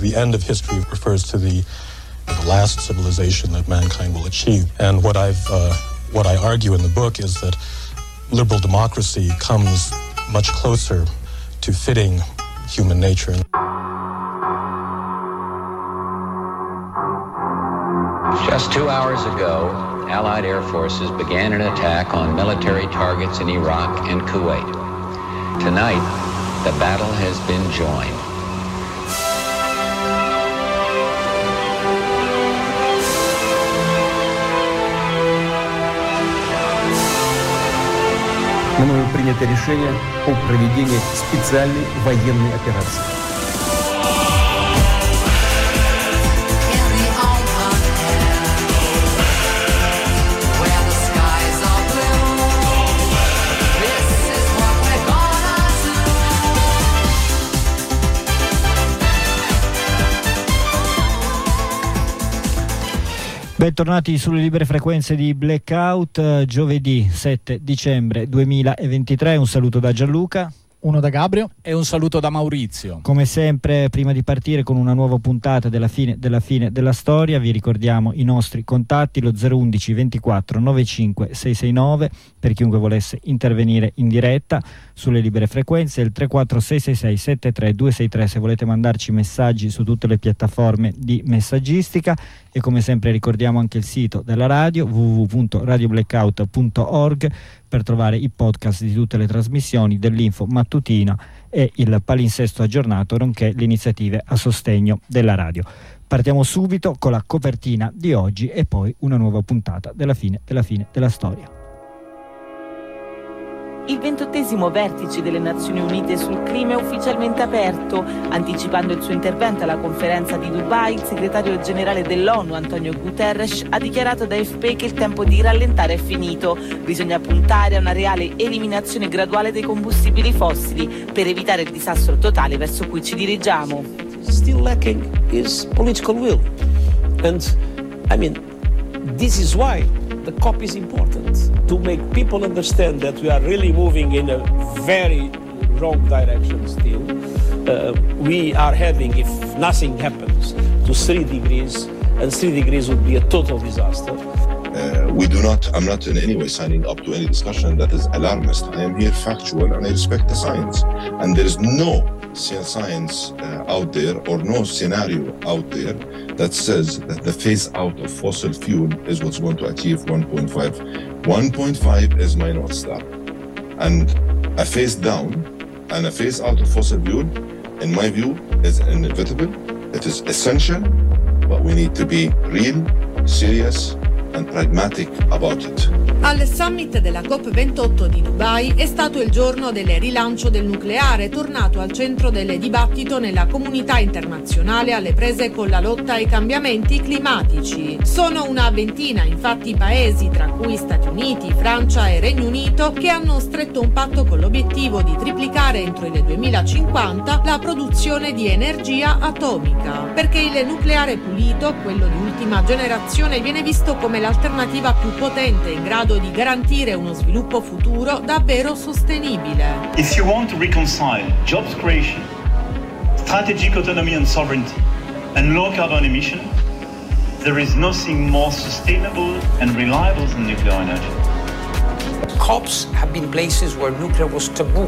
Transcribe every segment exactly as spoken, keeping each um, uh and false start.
the end of history refers to the, the last civilization that mankind will achieve. And what I've uh, what I argue in the book is that liberal democracy comes much closer to fitting human nature. Just two hours ago, Allied air forces began an attack on military targets in Iraq and Kuwait. Tonight, the battle has been joined. Мною принято решение о проведении специальной военной операции. Bentornati sulle libere frequenze di Blackout, giovedì sette dicembre duemilaventitré. Un saluto da Gianluca, uno da Gabrio e un saluto da Maurizio. Come sempre, prima di partire con una nuova puntata della fine della fine della storia, vi ricordiamo i nostri contatti: lo zero undici ventiquattro novantacinque seicentonovantanove per chiunque volesse intervenire in diretta sulle libere frequenze, il tre quattro sei sei sei sette tre due sei tre se volete mandarci messaggi su tutte le piattaforme di messaggistica. E come sempre ricordiamo anche il sito della radio, w w w punto radio blackout punto org, per trovare i podcast di tutte le trasmissioni dell'Info Mattutina e il palinsesto aggiornato, nonché le iniziative a sostegno della radio. Partiamo subito con la copertina di oggi e poi una nuova puntata della fine della fine della storia. Il ventottesimo vertice delle Nazioni Unite sul clima è ufficialmente aperto. Anticipando il suo intervento alla conferenza di Dubai, il segretario generale dell'ONU, Antonio Guterres, ha dichiarato da A F P che il tempo di rallentare è finito. Bisogna puntare a una reale eliminazione graduale dei combustibili fossili per evitare il disastro totale verso cui ci dirigiamo. Still lacking is political will. And I mean, this is why the COP is important, to make people understand that we are really moving in a very wrong direction still. Uh, we are heading, if nothing happens, to three degrees, and three degrees would be a total disaster. Uh, we do not, I'm not in any way signing up to any discussion that is alarmist. I am here factual and I respect the science. And there is no science uh, out there or no scenario out there that says that the phase out of fossil fuel is what's going to achieve one point five. one point five is my North Star. And a phase down and a phase out of fossil fuel, in my view, is inevitable. It is essential, but we need to be real, serious, and pragmatic about it. Al summit della COP ventotto di Dubai è stato il giorno del rilancio del nucleare, tornato al centro del dibattito nella comunità internazionale alle prese con la lotta ai cambiamenti climatici. Sono una ventina, infatti, i paesi, tra cui Stati Uniti, Francia e Regno Unito, che hanno stretto un patto con l'obiettivo di triplicare entro il duemilacinquanta la produzione di energia atomica. Perché il nucleare pulito, quello di ultima generazione, viene visto come l'alternativa più potente in grado di garantire uno sviluppo futuro davvero sostenibile. If you want to reconcile jobs creation, strategic autonomy and sovereignty, and low carbon emission, there is nothing more sustainable and reliable than nuclear energy. COPs have been places where nuclear was taboo,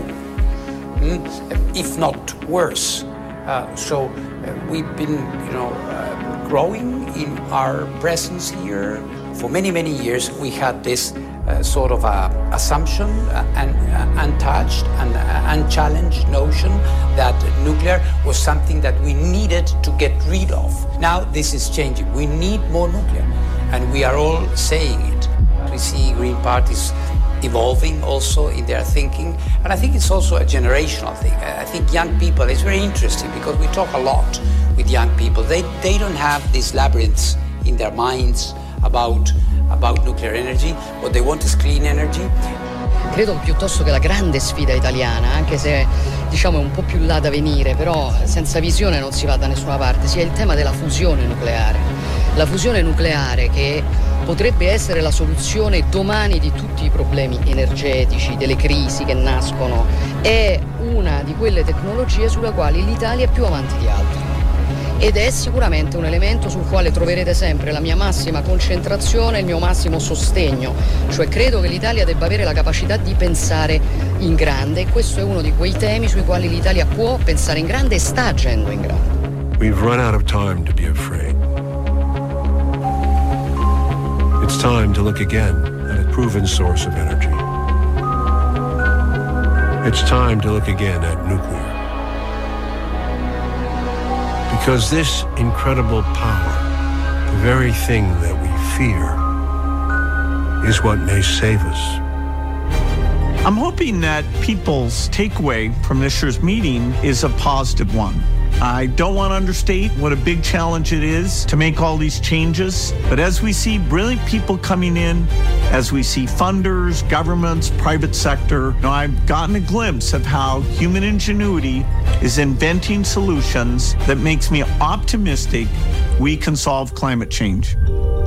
if not worse. Uh, so uh, we've been, you know, uh, growing in our presence here. For many, many years, we had this uh, sort of uh, assumption, uh, and uh, untouched and uh, unchallenged notion that nuclear was something that we needed to get rid of. Now this is changing. We need more nuclear, and we are all saying it. We see Green parties evolving also in their thinking, and I think it's also a generational thing. I think young people, it's very interesting because we talk a lot with young people. They, they don't have these labyrinths in their minds About, about nuclear energy. What they want is clean energy. Credo piuttosto che la grande sfida italiana, anche se diciamo è un po' più là da venire, però senza visione non si va da nessuna parte, sia il tema della fusione nucleare. La fusione nucleare, che potrebbe essere la soluzione domani di tutti i problemi energetici, delle crisi che nascono, è una di quelle tecnologie sulla quali l'Italia è più avanti di altre. ed è sicuramente un elemento sul quale troverete sempre la mia massima concentrazione, il mio massimo sostegno, cioè credo che l'Italia debba avere la capacità di pensare in grande e questo è uno di quei temi sui quali l'Italia può pensare in grande e sta agendo in grande. We've run out of time to be afraid. It's time to look again at a proven source of energy. It's time to look again at nuclear. Because this incredible power, the very thing that we fear, is what may save us. I'm hoping that people's takeaway from this year's meeting is a positive one. I don't want to understate what a big challenge it is to make all these changes, but as we see brilliant people coming in, as we see funders, governments, private sector, you know, I've gotten a glimpse of how human ingenuity is inventing solutions that makes me optimistic we can solve climate change.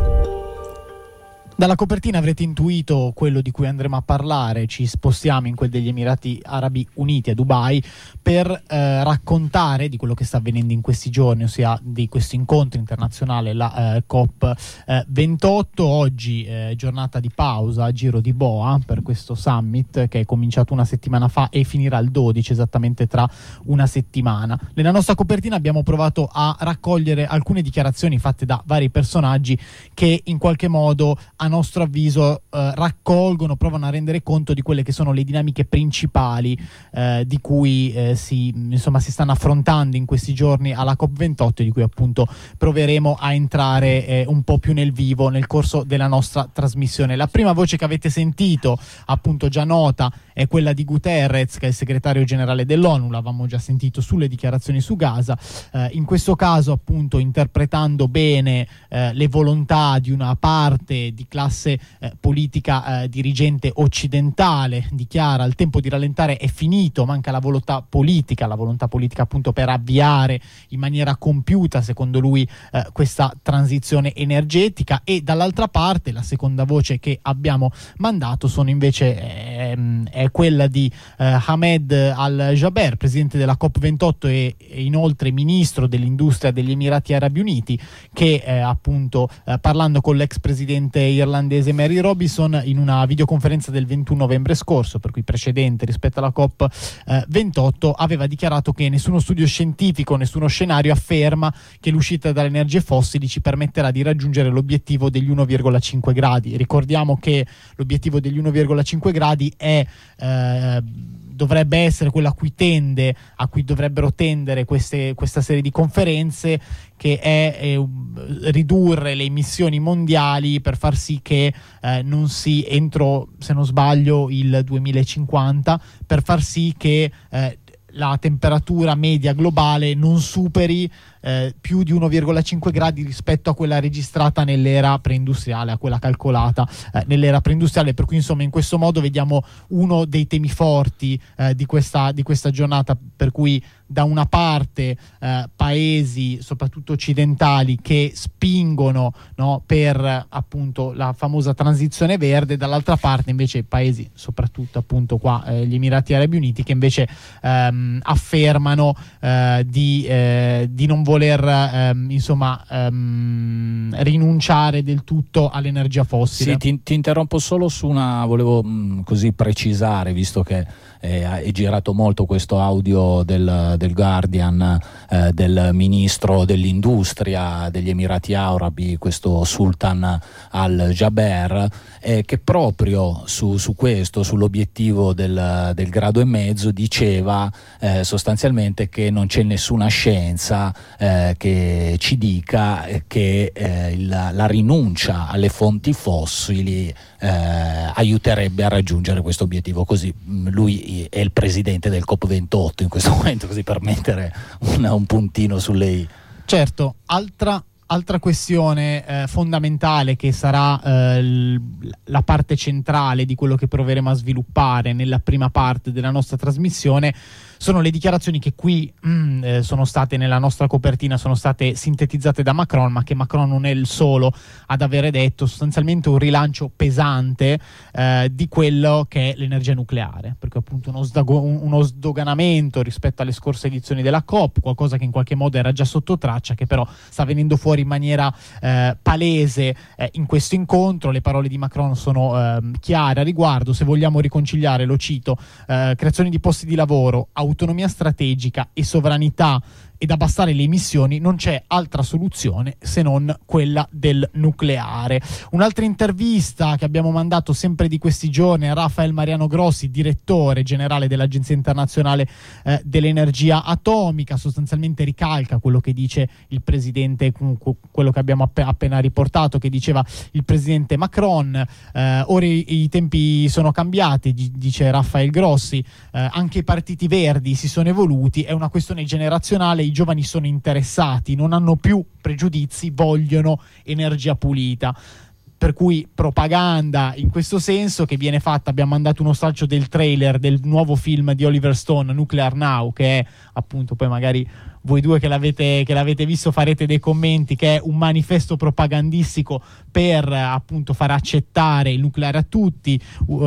Dalla copertina avrete intuito quello di cui andremo a parlare. Ci spostiamo in quel degli Emirati Arabi Uniti a Dubai per eh, raccontare di quello che sta avvenendo in questi giorni, ossia di questo incontro internazionale, la eh, COP ventotto. Oggi eh, giornata di pausa, giro di boa per questo summit che è cominciato una settimana fa e finirà il dodici, esattamente tra una settimana. Nella nostra copertina abbiamo provato a raccogliere alcune dichiarazioni fatte da vari personaggi che in qualche modo a nostro avviso eh, raccolgono, provano a rendere conto di quelle che sono le dinamiche principali eh, di cui eh, si, insomma, si stanno affrontando in questi giorni alla COP ventotto e di cui appunto proveremo a entrare eh, un po' più nel vivo nel corso della nostra trasmissione. La prima voce che avete sentito, appunto già nota, è quella di Guterres, che è il segretario generale dell'ONU, l'avevamo già sentito sulle dichiarazioni su Gaza, eh, in questo caso appunto interpretando bene eh, le volontà di una parte di classe eh, politica eh, dirigente occidentale, dichiara: il tempo di rallentare è finito, manca la volontà politica, la volontà politica appunto per avviare in maniera compiuta, secondo lui, eh, questa transizione energetica. E dall'altra parte la seconda voce che abbiamo mandato sono invece ehm, è quella di eh, Ahmed Al-Jaber, presidente della COP ventotto e, e inoltre ministro dell'industria degli Emirati Arabi Uniti, che eh, appunto eh, parlando con l'ex presidente irlandese Mary Robinson in una videoconferenza del ventuno novembre scorso, per cui precedente rispetto alla COP ventotto, aveva dichiarato che nessuno studio scientifico, nessuno scenario afferma che l'uscita dalle energie fossili ci permetterà di raggiungere l'obiettivo degli uno virgola cinque gradi. Ricordiamo che l'obiettivo degli uno virgola cinque gradi è eh, dovrebbe essere quello a cui tende, a cui dovrebbero tendere queste, questa serie di conferenze, che è eh, ridurre le emissioni mondiali per far sì che eh, non si, entro, se non sbaglio, il duemilacinquanta, per far sì che eh, la temperatura media globale non superi eh, più di uno virgola cinque gradi rispetto a quella registrata nell'era preindustriale, a quella calcolata eh, nell'era preindustriale. Per cui insomma in questo modo vediamo uno dei temi forti eh, di questa, di questa giornata, per cui da una parte eh, paesi soprattutto occidentali che spingono, no, per appunto la famosa transizione verde, dall'altra parte invece paesi, soprattutto appunto qua eh, gli Emirati Arabi Uniti, che invece ehm, affermano eh, di, eh, di non voler ehm, insomma ehm, rinunciare del tutto all'energia fossile. Sì, ti, ti interrompo solo su una, volevo mh, così precisare, visto che eh, è girato molto questo audio del del Guardian eh, del ministro dell'industria degli Emirati Arabi, questo Sultan Al-Jaber, eh, che proprio su, su questo, sull'obiettivo del, del grado e mezzo, diceva eh, sostanzialmente che non c'è nessuna scienza eh, che ci dica che eh, il, la rinuncia alle fonti fossili eh, aiuterebbe a raggiungere questo obiettivo. Così mh, lui è il presidente del COP ventotto in questo momento, così per mettere un, un puntino sulle i. Certo, altra Altra questione eh, fondamentale, che sarà eh, l- la parte centrale di quello che proveremo a sviluppare nella prima parte della nostra trasmissione, sono le dichiarazioni che qui mm, eh, sono state nella nostra copertina, sono state sintetizzate da Macron, ma che Macron non è il solo ad avere detto, sostanzialmente un rilancio pesante eh, di quello che è l'energia nucleare, perché appunto uno, sdago- uno sdoganamento rispetto alle scorse edizioni della COP, qualcosa che in qualche modo era già sotto traccia, che però sta venendo fuori in maniera eh, palese eh, in questo incontro. Le parole di Macron sono eh, chiare a riguardo: se vogliamo riconciliare, lo cito, eh, creazione di posti di lavoro, autonomia strategica e sovranità ed abbassare le emissioni, non c'è altra soluzione se non quella del nucleare. Un'altra intervista che abbiamo mandato sempre di questi giorni a Rafael Mariano Grossi, direttore generale dell'Agenzia Internazionale eh, dell'Energia Atomica, sostanzialmente ricalca quello che dice il presidente, quello che abbiamo app- appena riportato, che diceva il presidente Macron. Eh, ora i, i tempi sono cambiati, g- dice Rafael Grossi, eh, anche i partiti verdi si sono evoluti, è una questione generazionale, i giovani sono interessati, non hanno più pregiudizi, vogliono energia pulita. Per cui propaganda in questo senso che viene fatta. Abbiamo mandato uno stralcio del trailer del nuovo film di Oliver Stone, Nuclear Now, che è appunto, poi magari voi due che l'avete, che l'avete visto farete dei commenti, che è un manifesto propagandistico per appunto far accettare il nucleare a tutti.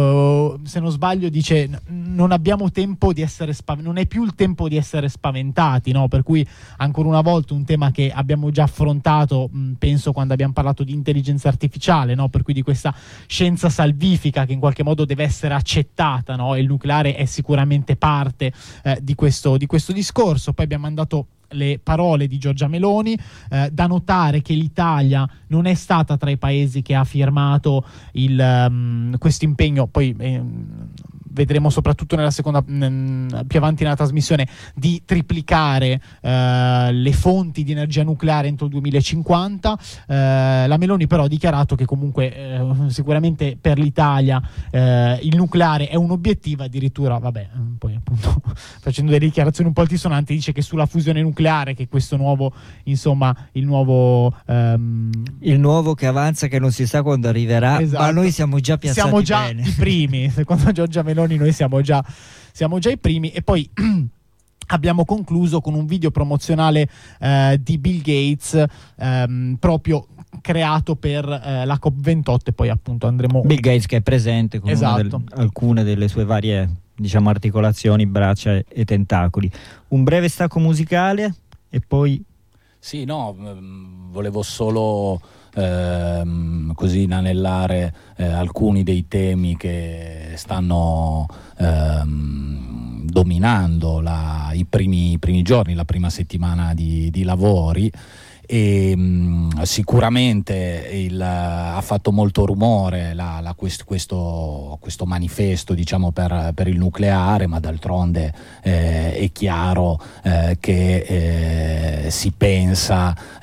Uh, se non sbaglio dice non abbiamo tempo di essere spav- non è più il tempo di essere spaventati, no? Per cui ancora una volta un tema che abbiamo già affrontato, mh, penso quando abbiamo parlato di intelligenza artificiale, no? Per cui di questa scienza salvifica che in qualche modo deve essere accettata, no? E il nucleare è sicuramente parte eh, di questo, di questo discorso. Poi abbiamo mandato le parole di Giorgia Meloni, eh, da notare che l'Italia non è stata tra i paesi che ha firmato il, um, questo impegno, poi eh, vedremo soprattutto nella seconda, mh, più avanti nella trasmissione, di triplicare eh, le fonti di energia nucleare entro il duemilacinquanta. Eh, la Meloni però ha dichiarato che comunque eh, sicuramente per l'Italia eh, il nucleare è un obiettivo, addirittura vabbè, poi appunto facendo delle dichiarazioni un po' altisonanti dice che sulla fusione nucleare, che questo nuovo, insomma, il nuovo um... il nuovo che avanza, che non si sa quando arriverà, esatto. Ma noi siamo già piazzati siamo già bene. i primi, secondo Giorgia Meloni noi siamo già siamo già i primi. E poi abbiamo concluso con un video promozionale eh, di Bill Gates ehm, proprio creato per eh, la COP ventotto, e poi appunto andremo Bill Gates che è presente con esatto. una del, alcune delle sue varie, diciamo, articolazioni, braccia e, e tentacoli. Un breve stacco musicale e poi sì, no, mh, volevo solo ehm, così inanellare eh, alcuni dei temi che stanno ehm, dominando la, i, primi, i primi giorni, la prima settimana di, di lavori. E mh, sicuramente il, ha fatto molto rumore la, la, quest, questo, questo manifesto, diciamo, per, per il nucleare, ma d'altronde eh, è chiaro eh, che eh, si pensa eh,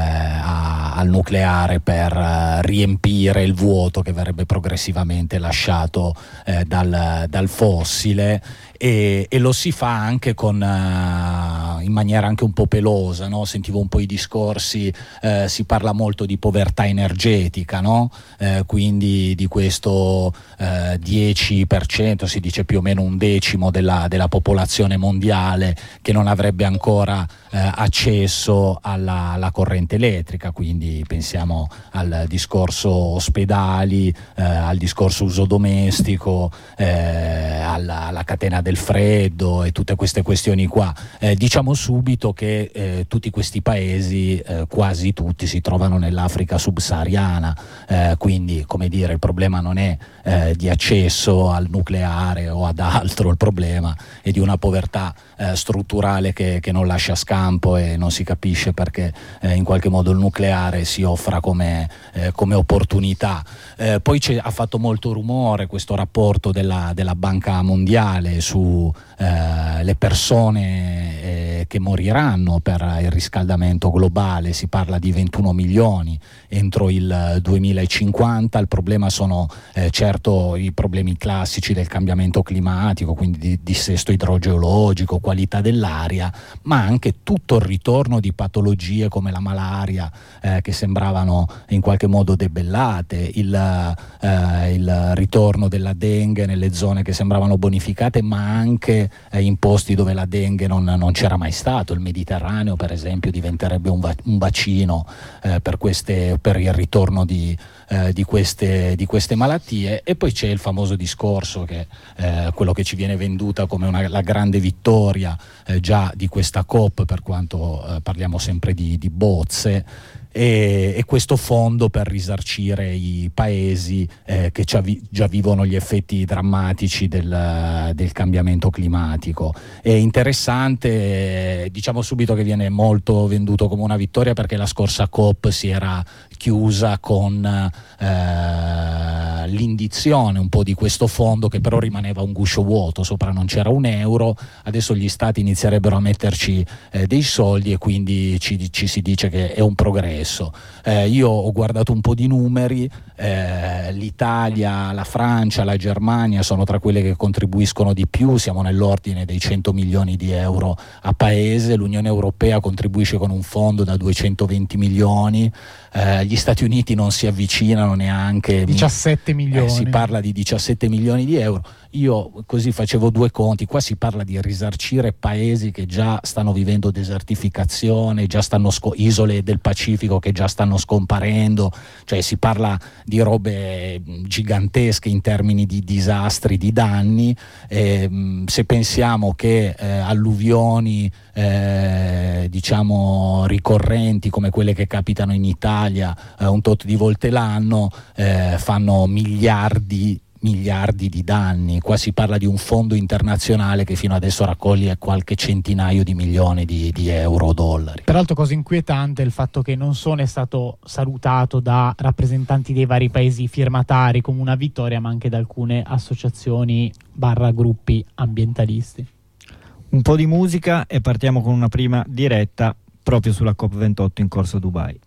a, al nucleare per riempire il vuoto che verrebbe progressivamente lasciato eh, dal, dal fossile. E, e lo si fa anche con uh, in maniera anche un po' pelosa, no? Sentivo un po' i discorsi, eh, si parla molto di povertà energetica, no? Eh, quindi di questo eh, dieci per cento, si dice più o meno un decimo della, della popolazione mondiale che non avrebbe ancora eh, accesso alla, alla corrente elettrica. Quindi pensiamo al discorso ospedali, eh, al discorso uso domestico, eh, alla, alla catena del freddo e tutte queste questioni qua. Eh, diciamo subito che eh, tutti questi paesi, eh, quasi tutti, si trovano nell'Africa subsahariana, eh, quindi, come dire, il problema non è eh, di accesso al nucleare o ad altro, il problema è di una povertà eh, strutturale che, che non lascia scampo, e non si capisce perché eh, in qualche modo il nucleare si offra come, eh, come opportunità. Eh, poi ha fatto molto rumore questo rapporto della, della Banca Mondiale su eh, le persone eh, che moriranno per il riscaldamento globale. Si parla di ventuno milioni entro il duemilacinquanta. Il problema sono eh, certo i problemi classici del cambiamento climatico, quindi di dissesto idrogeologico, qualità dell'aria, ma anche tutto il ritorno di patologie come la malaria eh, che sembravano in qualche modo debellate, il, eh, il ritorno della dengue nelle zone che sembravano bonificate, ma anche eh, in posti dove la dengue non, non c'era mai stato. Il Mediterraneo, per esempio, diventerebbe un, va- un bacino eh, per, queste, per il ritorno di, eh, di, queste, di queste malattie. E poi c'è il famoso discorso che eh, quello che ci viene venduta come una, la grande vittoria eh, già di questa COP, per quanto eh, parliamo sempre di, di bozze, e, e questo fondo per risarcire i paesi eh, che già, vi, già vivono gli effetti drammatici del, del cambiamento climatico. È interessante, eh, diciamo subito che viene molto venduto come una vittoria, perché la scorsa COP si era chiusa con eh, l'indizione un po' di questo fondo, che però rimaneva un guscio vuoto, sopra non c'era un euro. Adesso gli stati inizierebbero a metterci eh, dei soldi, e quindi ci, ci si dice che è un progresso. Eh, io ho guardato un po' di numeri, eh, l'Italia, la Francia, la Germania sono tra quelle che contribuiscono di più, siamo nell'ordine dei cento milioni di euro a paese. L'Unione Europea contribuisce con un fondo da duecentoventi milioni, eh, gli Stati Uniti non si avvicinano neanche, diciassette milioni, eh, si parla di diciassette milioni di euro. Io così facevo due conti, qua si parla di risarcire paesi che già stanno vivendo desertificazione, già stanno sco- isole del Pacifico che già stanno scomparendo, cioè si parla di robe gigantesche in termini di disastri, di danni. E, se pensiamo che eh, alluvioni eh, diciamo ricorrenti come quelle che capitano in Italia eh, un tot di volte l'anno eh, fanno miliardi miliardi di danni. Qua si parla di un fondo internazionale che fino adesso raccoglie qualche centinaio di milioni di, di euro o dollari. Peraltro, cosa inquietante è il fatto che non solo è stato salutato da rappresentanti dei vari paesi firmatari come una vittoria, ma anche da alcune associazioni barra gruppi ambientalisti. Un po' di musica e partiamo con una prima diretta proprio sulla COP ventotto in corso a Dubai.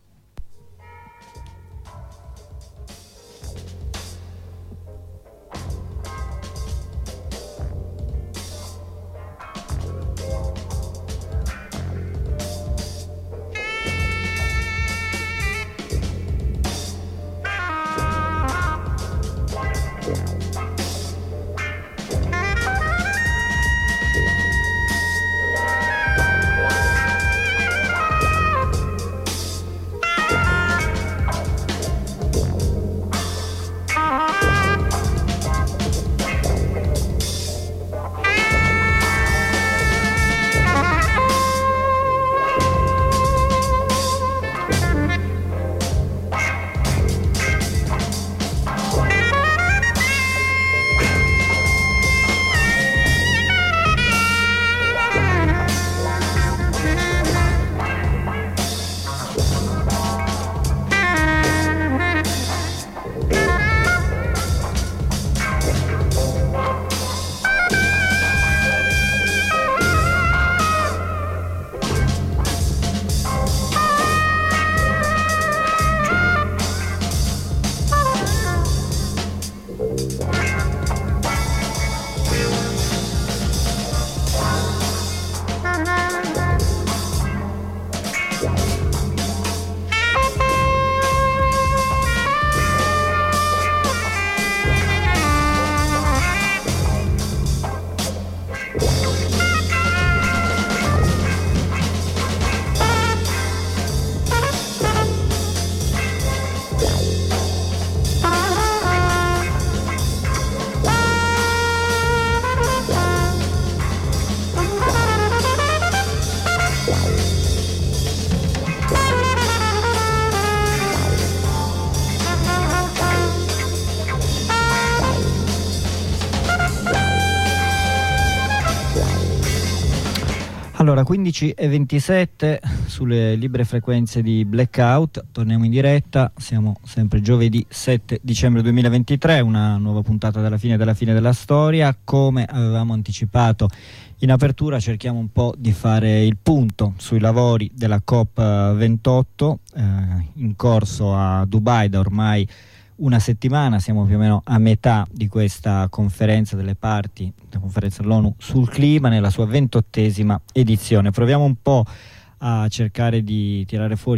Allora, quindici e ventisette sulle libere frequenze di Blackout, torniamo in diretta, siamo sempre giovedì sette dicembre duemilaventitré, una nuova puntata della fine della fine della storia. Come avevamo anticipato in apertura, cerchiamo un po' di fare il punto sui lavori della COP ventotto eh, in corso a Dubai da ormai una settimana. Siamo più o meno a metà di questa conferenza delle parti, la conferenza dell'ONU sul clima, nella sua ventottesima edizione. Proviamo un po' a cercare di tirare fuori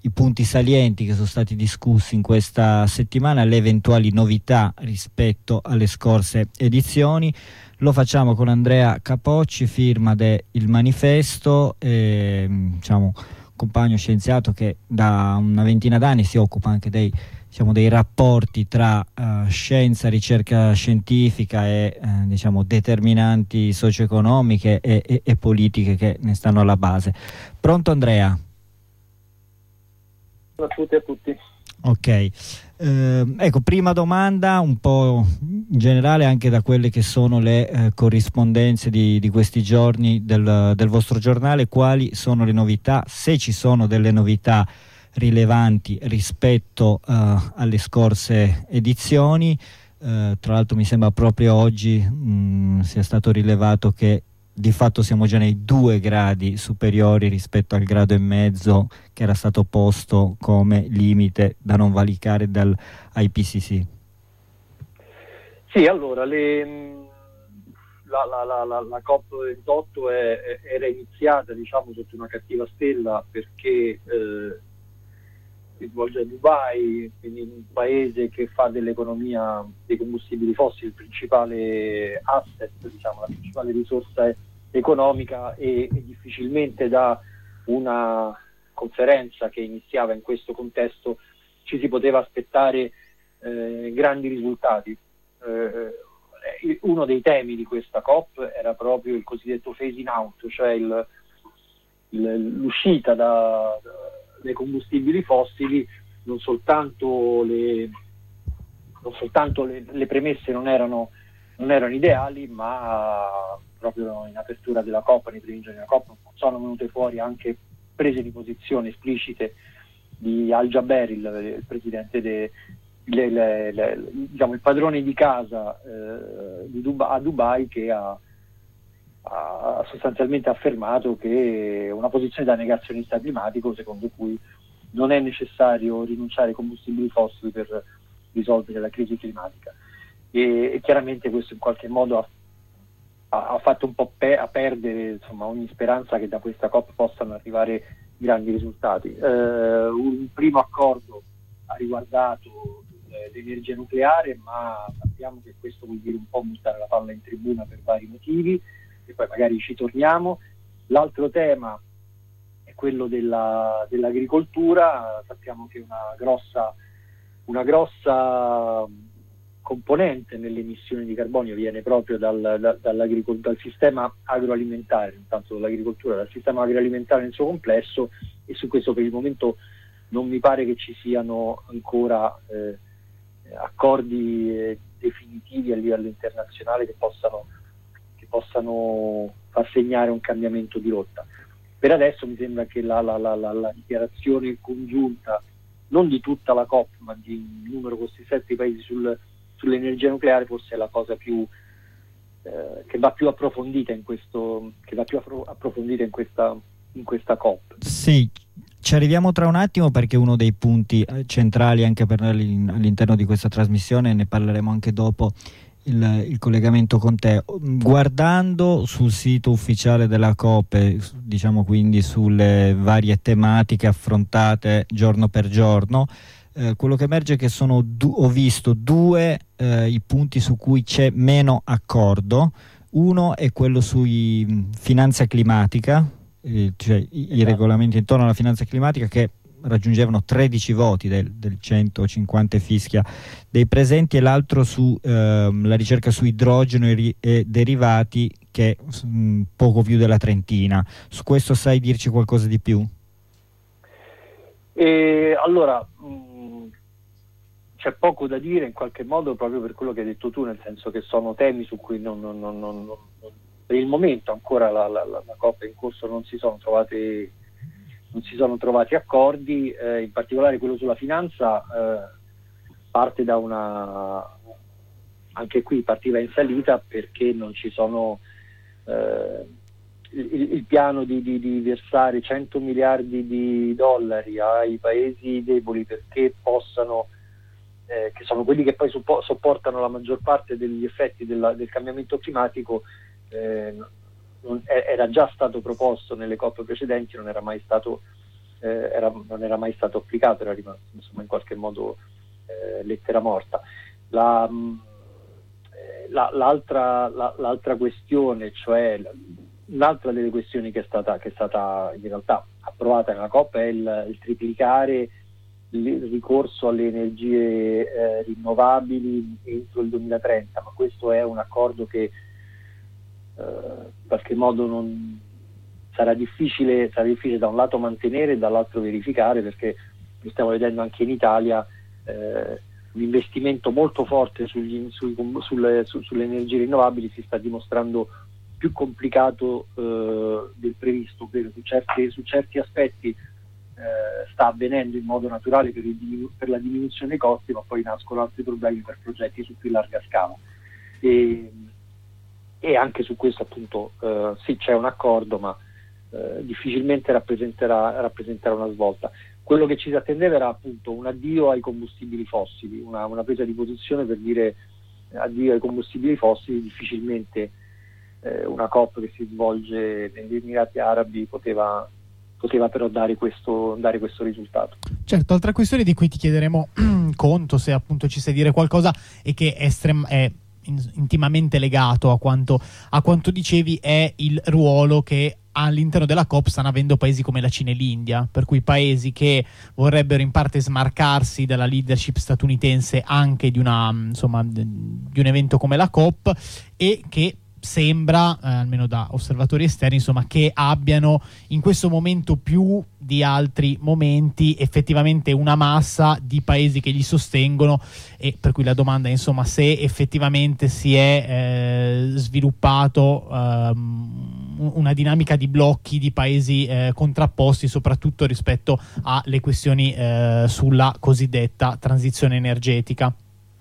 i punti salienti che sono stati discussi in questa settimana, le eventuali novità rispetto alle scorse edizioni. Lo facciamo con Andrea Capocci, firma de Il Manifesto, e, diciamo, compagno scienziato che da una ventina d'anni si occupa anche dei, diciamo, dei rapporti tra uh, scienza, ricerca scientifica e uh, diciamo, determinanti socio-economiche e, e, e politiche che ne stanno alla base. Pronto Andrea? A tutti e a tutti. Ok, eh, ecco, prima domanda un po' in generale anche da quelle che sono le eh, corrispondenze di, di questi giorni del, del vostro giornale. Quali sono le novità, se ci sono delle novità rilevanti rispetto eh, alle scorse edizioni? Eh, tra l'altro mi sembra proprio oggi mh, sia stato rilevato che di fatto siamo già nei due gradi superiori rispetto al grado e mezzo che era stato posto come limite da non valicare dal I P C C. Sì, allora le, la, la, la, la, la COP ventotto è, è, era iniziata, diciamo, sotto una cattiva stella perché eh, si svolge a Dubai, quindi un paese che fa dell'economia dei combustibili fossili il principale asset, diciamo, la principale risorsa economica, e, e difficilmente da una conferenza che iniziava in questo contesto ci si poteva aspettare eh, grandi risultati. Eh, uno dei temi di questa COP era proprio il cosiddetto phasing out, cioè il, il, l'uscita da, da, dai combustibili fossili. Non soltanto le, non soltanto le, le premesse non erano, non erano ideali, ma proprio in apertura della COP, nei primi giorni della COP, sono venute fuori anche prese di posizione esplicite di Al Jaber, il, il presidente de, le, le, le, diciamo il padrone di casa eh, di Dubai, a Dubai, che ha, ha sostanzialmente affermato che una posizione da negazionista climatico secondo cui non è necessario rinunciare ai combustibili fossili per risolvere la crisi climatica, e, e chiaramente questo in qualche modo ha, ha fatto un po' pe- a perdere, insomma, ogni speranza che da questa COP possano arrivare grandi risultati. Eh, un primo accordo ha riguardato eh, l'energia nucleare, ma sappiamo che questo vuol dire un po' buttare la palla in tribuna per vari motivi, e poi magari ci torniamo. L'altro tema è quello della, dell'agricoltura. Sappiamo che una grossa, una grossa componente nelle emissioni di carbonio viene proprio dal, da, dal sistema agroalimentare, non tanto dall'agricoltura, dal sistema agroalimentare nel suo complesso, e su questo per il momento non mi pare che ci siano ancora eh, accordi eh, definitivi a livello internazionale che possano, che possano far segnare un cambiamento di rotta. Per adesso mi sembra che la, la, la, la, la dichiarazione congiunta, non di tutta la COP, ma di un numero consistente di paesi sul sull'energia nucleare, forse è la cosa più eh, che va più approfondita in questo che va più appro- approfondita in questa in questa COP. Sì, ci arriviamo tra un attimo, perché uno dei punti centrali anche per noi all'interno di questa trasmissione, ne parleremo anche dopo il, il collegamento con te. Guardando sul sito ufficiale della COP, diciamo quindi sulle varie tematiche affrontate giorno per giorno, Eh, quello che emerge è che sono du- ho visto due eh, i punti su cui c'è meno accordo. Uno è quello sui mh, finanza climatica, eh, cioè i, esatto. i regolamenti intorno alla finanza climatica, che raggiungevano tredici voti del, del centocinquanta fischia dei presenti, e l'altro su eh, la ricerca su idrogeno e, ri- e derivati, che mh, poco più della trentina. Su questo sai dirci qualcosa di più? E allora mh... c'è poco da dire in qualche modo, proprio per quello che hai detto tu, nel senso che sono temi su cui non, non, non, non, non per il momento ancora la, la, la COP in corso non si sono trovati non si sono trovati accordi, eh, in particolare quello sulla finanza eh, parte da una, anche qui partiva in salita, perché non ci sono eh, il, il piano di, di, di versare cento miliardi di dollari ai paesi deboli perché possano Eh, che sono quelli che poi suppo- sopportano la maggior parte degli effetti della, del cambiamento climatico, eh, non, era già stato proposto nelle COP precedenti, non era mai stato eh, era, non era mai stato applicato, era rimasto insomma in qualche modo eh, lettera morta. La, la, l'altra, la, l'altra questione, cioè un'altra delle questioni che è stata, che è stata in realtà approvata nella COP è il, il triplicare il ricorso alle energie eh, rinnovabili entro il duemilatrenta, ma questo è un accordo che eh, in qualche modo non sarà difficile, sarà difficile da un lato mantenere e dall'altro verificare, perché lo stiamo vedendo anche in Italia, eh, un investimento molto forte sugli, sui, sulle, su, sulle energie rinnovabili si sta dimostrando più complicato eh, del previsto, per, su, certi, su certi aspetti eh, sta avvenendo in modo naturale per, il, per la diminuzione dei costi, ma poi nascono altri problemi per progetti su più larga scala. E, e anche su questo appunto eh, sì, c'è un accordo, ma eh, difficilmente rappresenterà, rappresenterà una svolta. Quello che ci si attendeva era appunto un addio ai combustibili fossili, una, una presa di posizione per dire addio ai combustibili fossili. Difficilmente eh, una COP che si svolge negli Emirati Arabi poteva, poteva però dare questo, dare questo risultato. Certo, altra questione di cui ti chiederemo conto, se appunto ci sai dire qualcosa, e che è, estrem- è intimamente legato a quanto, a quanto dicevi, è il ruolo che all'interno della COP stanno avendo paesi come la Cina e l'India, per cui paesi che vorrebbero in parte smarcarsi dalla leadership statunitense anche di una, insomma, di un evento come la COP, e che sembra, eh, almeno da osservatori esterni, insomma, che abbiano in questo momento più di altri momenti effettivamente una massa di paesi che li sostengono, e per cui la domanda è insomma se effettivamente si è eh, sviluppato ehm, una dinamica di blocchi di paesi eh, contrapposti, soprattutto rispetto alle questioni eh, sulla cosiddetta transizione energetica.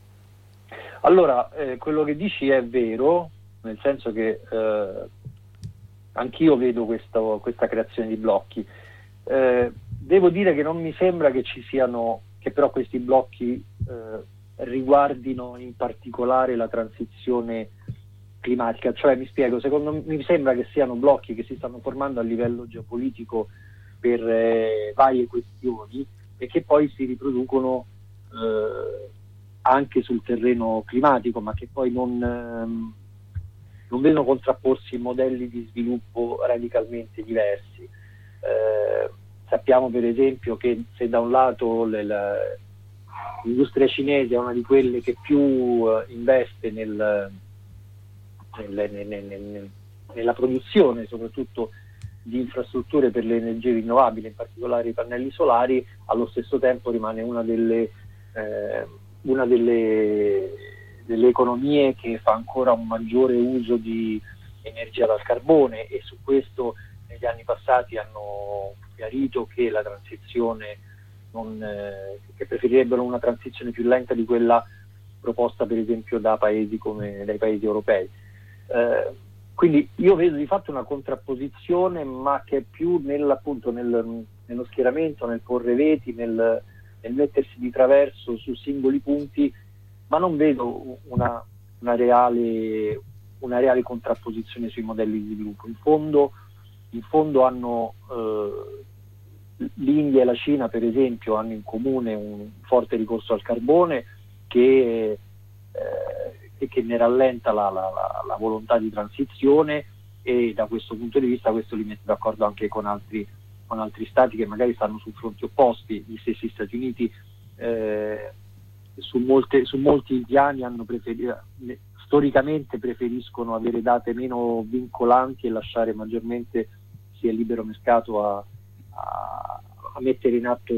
Allora, eh, quello che dici è vero, nel senso che eh, anch'io vedo questo, questa creazione di blocchi. Eh, devo dire che non mi sembra che ci siano, che però questi blocchi eh, riguardino in particolare la transizione climatica. Cioè, mi spiego, secondo me mi sembra che siano blocchi che si stanno formando a livello geopolitico per eh, varie questioni e che poi si riproducono eh, anche sul terreno climatico, ma che poi non... Ehm, non vedono contrapporsi modelli di sviluppo radicalmente diversi. Eh, sappiamo per esempio che se da un lato l'industria cinese è una di quelle che più uh, investe nel, nel, nel, nel, nel, nella produzione soprattutto di infrastrutture per le energie rinnovabili, in particolare i pannelli solari, allo stesso tempo rimane una delle, eh, una delle delle economie che fa ancora un maggiore uso di energia dal carbone, e su questo negli anni passati hanno chiarito che la transizione non, eh, che preferirebbero una transizione più lenta di quella proposta per esempio da paesi come dai paesi europei. Eh, quindi io vedo di fatto una contrapposizione, ma che è più nel, appunto nel, nello schieramento, nel porre veti, nel, nel mettersi di traverso su singoli punti, ma non vedo una, una, reale, una reale contrapposizione sui modelli di sviluppo. In fondo, in fondo hanno eh, l'India e la Cina, per esempio, hanno in comune un forte ricorso al carbone che, eh, che ne rallenta la, la, la, la volontà di transizione, e da questo punto di vista questo li mette d'accordo anche con altri, con altri stati che magari stanno su fronti opposti. Gli stessi Stati Uniti eh, Su, molte, su molti piani hanno preferi- storicamente preferiscono avere date meno vincolanti e lasciare maggiormente sia il libero mercato a, a, a mettere in atto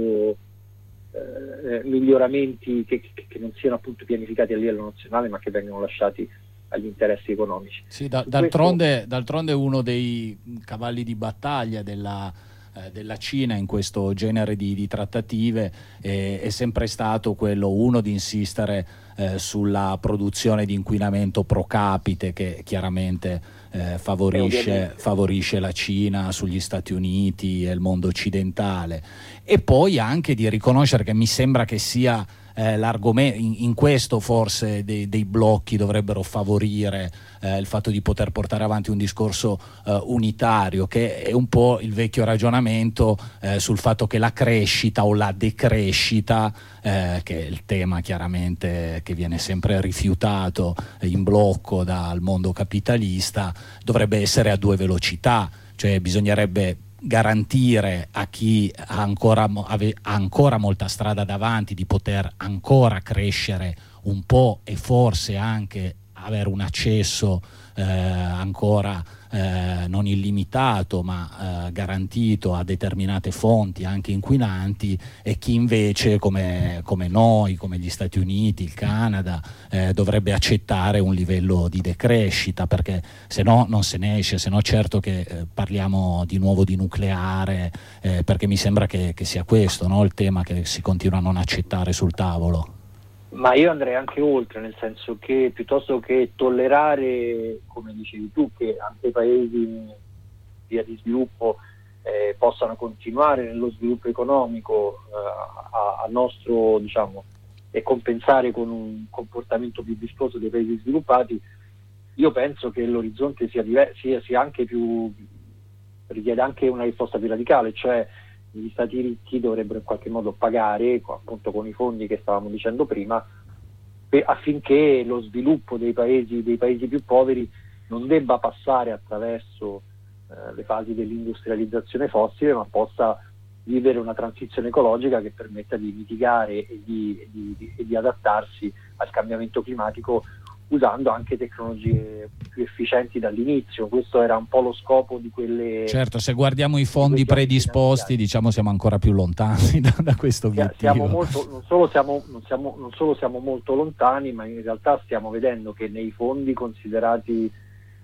eh, miglioramenti che, che, che non siano appunto pianificati a livello nazionale, ma che vengano lasciati agli interessi economici. Sì, da, d'altronde, questo... d'altronde uno dei cavalli di battaglia della della Cina in questo genere di, di trattative eh, è sempre stato quello, uno, di insistere eh, sulla produzione di inquinamento pro capite, che chiaramente eh, favorisce, favorisce la Cina sugli Stati Uniti e il mondo occidentale, e poi anche di riconoscere che mi sembra che sia eh, l'argomento, in, in questo forse dei, dei blocchi dovrebbero favorire eh, il fatto di poter portare avanti un discorso eh, unitario, che è un po' il vecchio ragionamento eh, sul fatto che la crescita o la decrescita, eh, che è il tema chiaramente che viene sempre rifiutato in blocco dal mondo capitalista, dovrebbe essere a due velocità, cioè bisognerebbe garantire a chi ha ancora, ave, ha ancora molta strada davanti di poter ancora crescere un po' e forse anche avere un accesso eh, ancora eh, non illimitato ma eh, garantito a determinate fonti anche inquinanti, e chi invece come, come noi, come gli Stati Uniti, il Canada eh, dovrebbe accettare un livello di decrescita, perché se no non se ne esce. Se no certo che eh, parliamo di nuovo di nucleare, eh, perché mi sembra che, che sia questo, no, il tema che si continua a non accettare sul tavolo. Ma io andrei anche oltre, nel senso che piuttosto che tollerare, come dicevi tu, che anche i paesi in via di sviluppo eh, possano continuare nello sviluppo economico eh, a, a nostro, diciamo, e compensare con un comportamento più vistoso dei paesi sviluppati, io penso che l'orizzonte sia, diver- sia, sia anche più, richiede anche una risposta più radicale, cioè gli stati ricchi dovrebbero in qualche modo pagare, appunto con i fondi che stavamo dicendo prima, per, affinché lo sviluppo dei paesi, dei paesi più poveri non debba passare attraverso eh, le fasi dell'industrializzazione fossile, ma possa vivere una transizione ecologica che permetta di mitigare e di, di, di, e di adattarsi al cambiamento climatico usando anche tecnologie più efficienti dall'inizio. Questo era un po' lo scopo di quelle... Certo, se guardiamo i fondi predisposti, diciamo siamo ancora più lontani da, da questo obiettivo. Siamo molto, non, solo siamo, non, siamo, non solo siamo molto lontani, ma in realtà stiamo vedendo che nei fondi considerati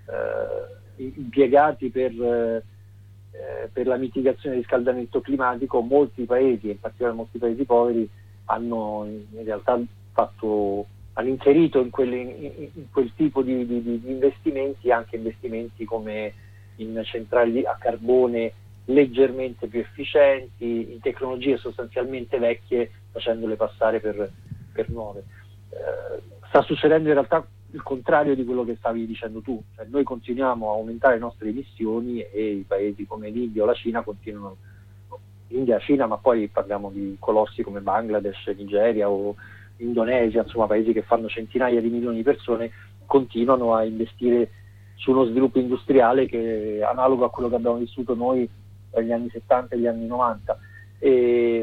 eh, impiegati per, eh, per la mitigazione del riscaldamento climatico, molti paesi, e in particolare molti paesi poveri, hanno in realtà fatto... hanno inserito in, quelle, in, in quel tipo di, di, di investimenti anche investimenti come in centrali a carbone leggermente più efficienti, in tecnologie sostanzialmente vecchie facendole passare per, per nuove. Eh, sta succedendo in realtà il contrario di quello che stavi dicendo tu, cioè noi continuiamo a aumentare le nostre emissioni e i paesi come l'India o la Cina continuano, India, Cina, ma poi parliamo di colossi come Bangladesh, Nigeria o Indonesia, insomma paesi che fanno centinaia di milioni di persone, continuano a investire su uno sviluppo industriale che è analogo a quello che abbiamo vissuto noi negli anni settanta e gli anni novanta. E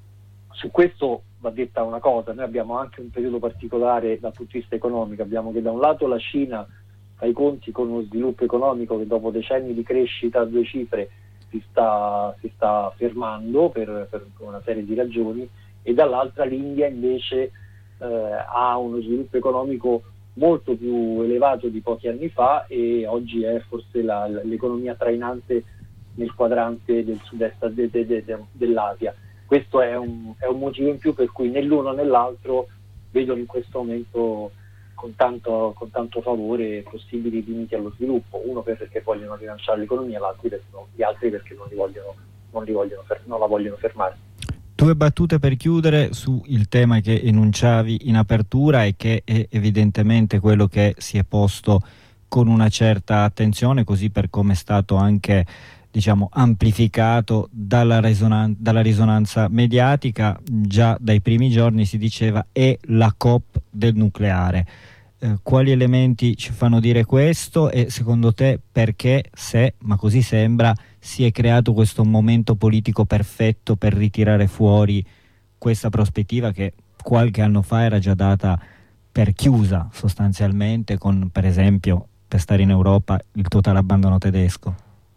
su questo va detta una cosa: noi abbiamo anche un periodo particolare dal punto di vista economico. Abbiamo che da un lato la Cina fa i conti con uno sviluppo economico che dopo decenni di crescita a due cifre si sta, si sta fermando per, per una serie di ragioni, e dall'altra l'India invece eh, ha uno sviluppo economico molto più elevato di pochi anni fa e oggi è forse la, l'economia trainante nel quadrante del sud-est de, de, de, de, dell'Asia. Questo è un, è un motivo in più per cui né l'uno né l'altro vedono in questo momento con tanto, con tanto favore possibili limiti allo sviluppo, uno perché vogliono rilanciare l'economia, l'altro perché no, gli altri perché non, li vogliono, non, li vogliono fer- non la vogliono fermare. Due battute per chiudere sul tema che enunciavi in apertura e che è evidentemente quello che si è posto con una certa attenzione, così per come è stato anche, diciamo, amplificato dalla, risonan- dalla risonanza mediatica. Già dai primi giorni si diceva è la COP del nucleare. Eh, quali elementi ci fanno dire questo e secondo te perché, se, ma così sembra, si è creato questo momento politico perfetto per ritirare fuori questa prospettiva che qualche anno fa era già data per chiusa sostanzialmente, con per esempio, per stare in Europa, il totale abbandono tedesco?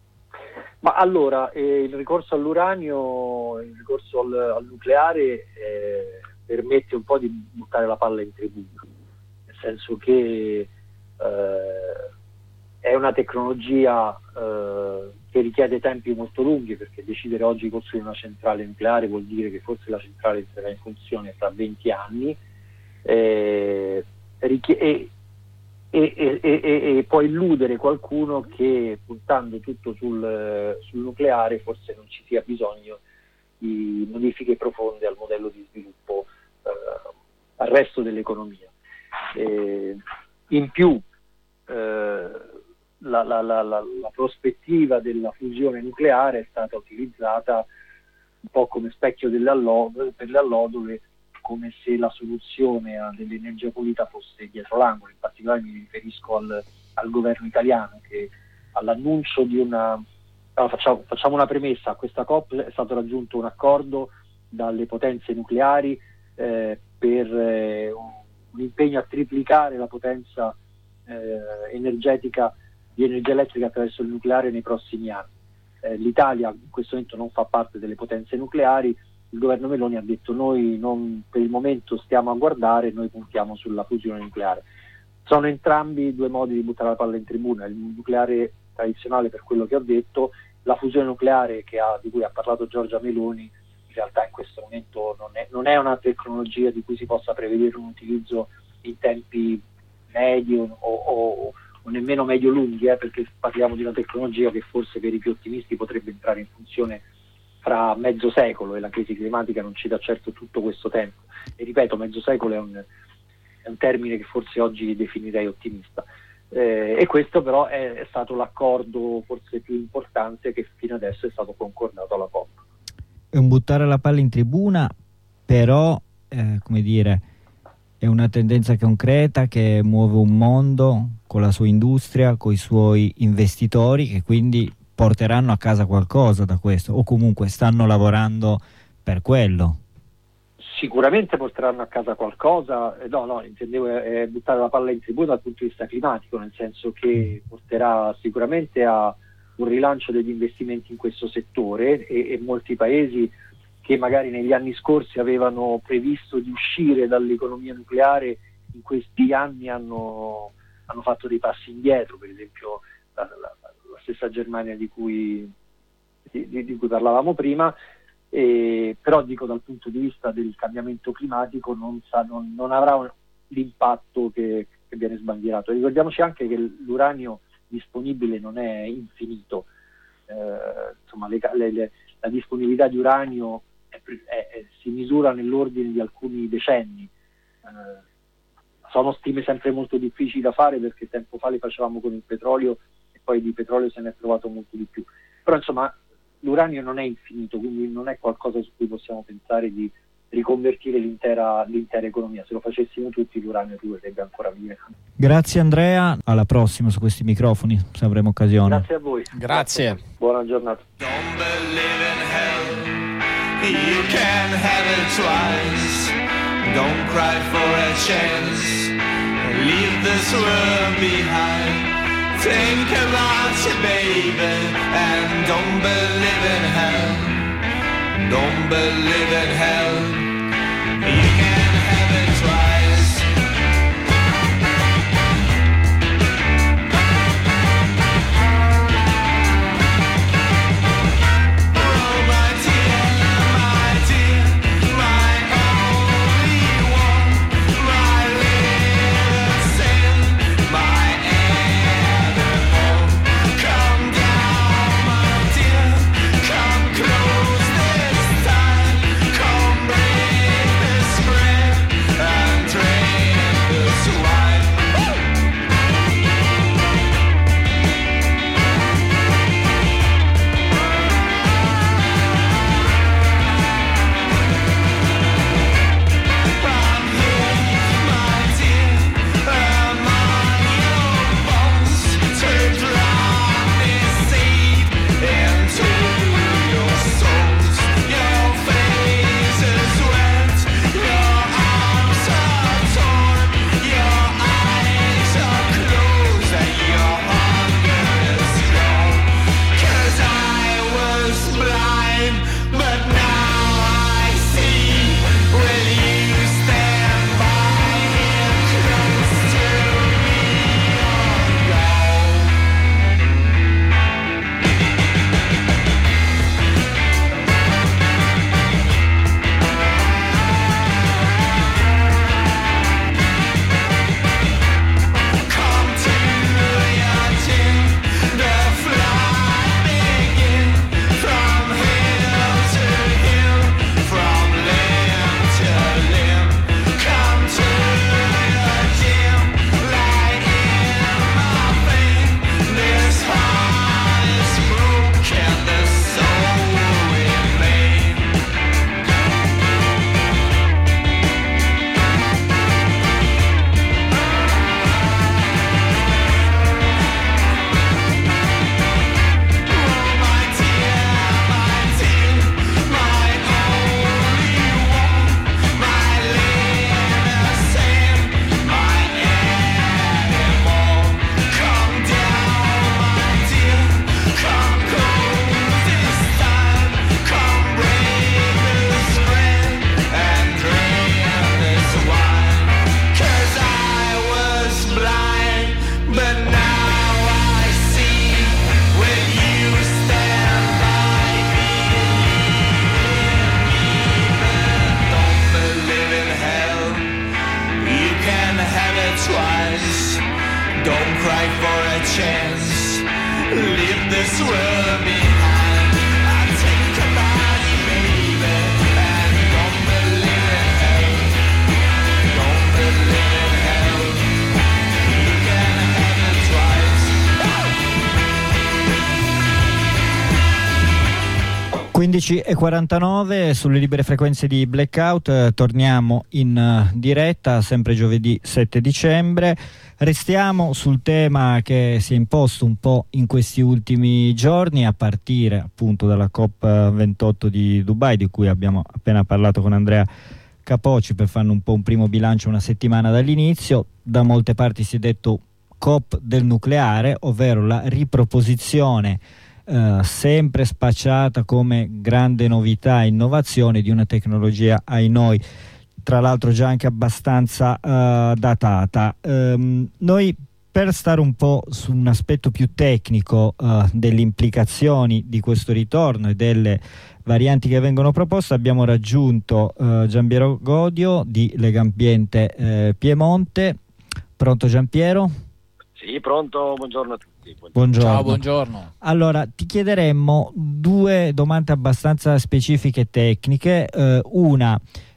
Ma allora, eh, il ricorso all'uranio, il ricorso al, al nucleare eh, permette un po' di buttare la palla in tribuna, nel senso che eh, è una tecnologia eh, che richiede tempi molto lunghi, perché decidere oggi di costruire una centrale nucleare vuol dire che forse la centrale entrerà in funzione fra venti anni eh, richie- e, e, e, e, e poi illudere qualcuno che puntando tutto sul, sul nucleare forse non ci sia bisogno di modifiche profonde al modello di sviluppo eh, al resto dell'economia. Eh, in più eh, la, la, la, la, la prospettiva della fusione nucleare è stata utilizzata un po' come specchio delle allodole, per le allodole, come se la soluzione dell'energia pulita fosse dietro l'angolo. In particolare mi riferisco al, al governo italiano, che all'annuncio di una... Allora, facciamo, facciamo una premessa: a questa COP è stato raggiunto un accordo dalle potenze nucleari eh, per eh, un, un impegno a triplicare la potenza eh, energetica di energia elettrica attraverso il nucleare nei prossimi anni. Eh, L'Italia in questo momento non fa parte delle potenze nucleari. Il governo Meloni ha detto: noi non, per il momento stiamo a guardare, noi puntiamo sulla fusione nucleare. Sono entrambi due modi di buttare la palla in tribuna: il nucleare tradizionale, per quello che ho detto, la fusione nucleare che ha, di cui ha parlato Giorgia Meloni, in realtà in questo momento non è, non è una tecnologia di cui si possa prevedere un utilizzo in tempi medi o, o, o nemmeno medio-lunghi, eh, perché parliamo di una tecnologia che forse per i più ottimisti potrebbe entrare in funzione fra mezzo secolo, e la crisi climatica non ci dà certo tutto questo tempo. E ripeto, mezzo secolo è un, è un termine che forse oggi definirei ottimista. Eh, e questo però è, è stato l'accordo forse più importante che fino adesso è stato concordato alla COP. È un buttare la palla in tribuna, però eh, come dire, è una tendenza concreta che muove un mondo con la sua industria, con i suoi investitori, che quindi porteranno a casa qualcosa da questo, o comunque stanno lavorando per quello. Sicuramente porteranno a casa qualcosa, eh, no, no, intendevo eh, buttare la palla in tribuna dal punto di vista climatico, nel senso che porterà sicuramente a un rilancio degli investimenti in questo settore, e, e molti paesi che magari negli anni scorsi avevano previsto di uscire dall'economia nucleare in questi anni hanno, hanno fatto dei passi indietro. Per esempio la, la, la stessa Germania di cui, di, di cui parlavamo prima. Eh, però dico, dal punto di vista del cambiamento climatico non, sa, non, non avrà un, l'impatto che, che viene sbandierato. Ricordiamoci anche che l'uranio disponibile non è infinito, eh, insomma le, le, le, la disponibilità di uranio è, è, è, si misura nell'ordine di alcuni decenni. Eh, sono stime sempre molto difficili da fare, perché tempo fa le facevamo con il petrolio e poi di petrolio se ne è trovato molto di più, però insomma l'uranio non è infinito, quindi non è qualcosa su cui possiamo pensare di riconvertire l'intera, l'intera economia. Se lo facessimo tutti, l'uranio durerebbe ancora mille. Grazie Andrea, alla prossima su questi microfoni, se avremo occasione. Grazie a voi. Grazie. Buona giornata. Don't believe in hell, you can have it twice. Don't cry for a chance, leave this world behind. Think about you, baby, and don't believe in hell. Don't believe in hell. You can have it twice. Oh, my dear, my dear, my only one, my little sin, my close this time, come this world behind. I take your body, baby, and don't believe in hell. Don't believe in hell. You can have it twice. quindici e quarantanove sulle libere frequenze di Blackout, eh, torniamo in uh, diretta sempre giovedì sette dicembre. Restiamo sul tema che si è imposto un po' in questi ultimi giorni, a partire appunto dalla COP ventotto di Dubai, di cui abbiamo appena parlato con Andrea Capocci per fare un po' un primo bilancio una settimana dall'inizio. Da molte parti si è detto COP del nucleare, ovvero la riproposizione Uh, sempre spacciata come grande novità e innovazione di una tecnologia, ai noi, tra l'altro già anche abbastanza uh, datata. Um, noi, per stare un po' su un aspetto più tecnico uh, delle implicazioni di questo ritorno e delle varianti che vengono proposte, abbiamo raggiunto uh, Giampiero Godio di Legambiente uh, Piemonte. Pronto Giampiero? Sì, pronto, buongiorno a tutti. Buongiorno. Ciao, buongiorno. Allora, ti chiederemmo due domande abbastanza specifiche e tecniche. Eh, una,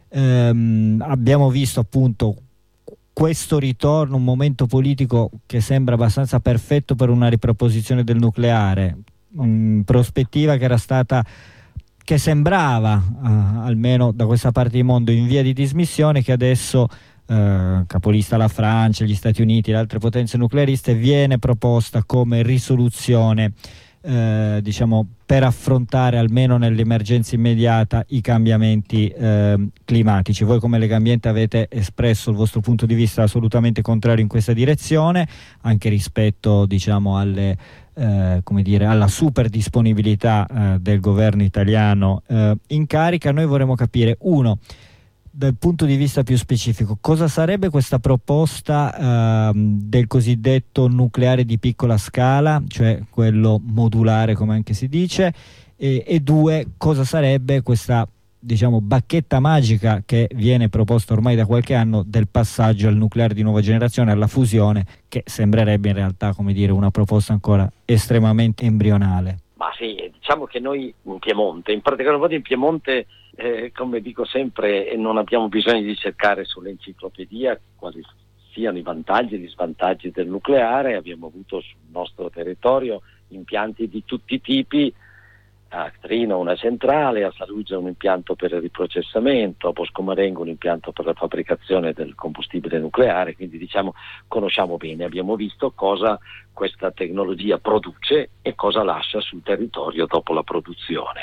ehm, abbiamo visto appunto questo ritorno, un momento politico che sembra abbastanza perfetto per una riproposizione del nucleare, in prospettiva che era stata, che sembrava, eh, almeno da questa parte del mondo, in via di dismissione, che adesso Uh, capolista la Francia, gli Stati Uniti e le altre potenze nucleariste, viene proposta come risoluzione uh, diciamo per affrontare almeno nell'emergenza immediata i cambiamenti uh, climatici. Voi come Legambiente avete espresso il vostro punto di vista assolutamente contrario in questa direzione, anche rispetto diciamo alle Uh, come dire, alla super disponibilità uh, del governo italiano uh, in carica. Noi vorremmo capire, uno, dal punto di vista più specifico, cosa sarebbe questa proposta uh, del cosiddetto nucleare di piccola scala, cioè quello modulare come anche si dice, e, e due, cosa sarebbe questa diciamo bacchetta magica che viene proposta ormai da qualche anno del passaggio al nucleare di nuova generazione, alla fusione, che sembrerebbe in realtà, come dire, una proposta ancora estremamente embrionale. Ma sì, diciamo che noi in Piemonte, in particolar modo in Piemonte, eh, come dico sempre, eh, non abbiamo bisogno di cercare sull'enciclopedia quali siano i vantaggi e gli svantaggi del nucleare. Abbiamo avuto sul nostro territorio impianti di tutti i tipi, a Trino una centrale, a Saluggia un impianto per il riprocessamento, a Bosco Marengo un impianto per la fabbricazione del combustibile nucleare, quindi diciamo conosciamo bene, abbiamo visto cosa questa tecnologia produce e cosa lascia sul territorio dopo la produzione.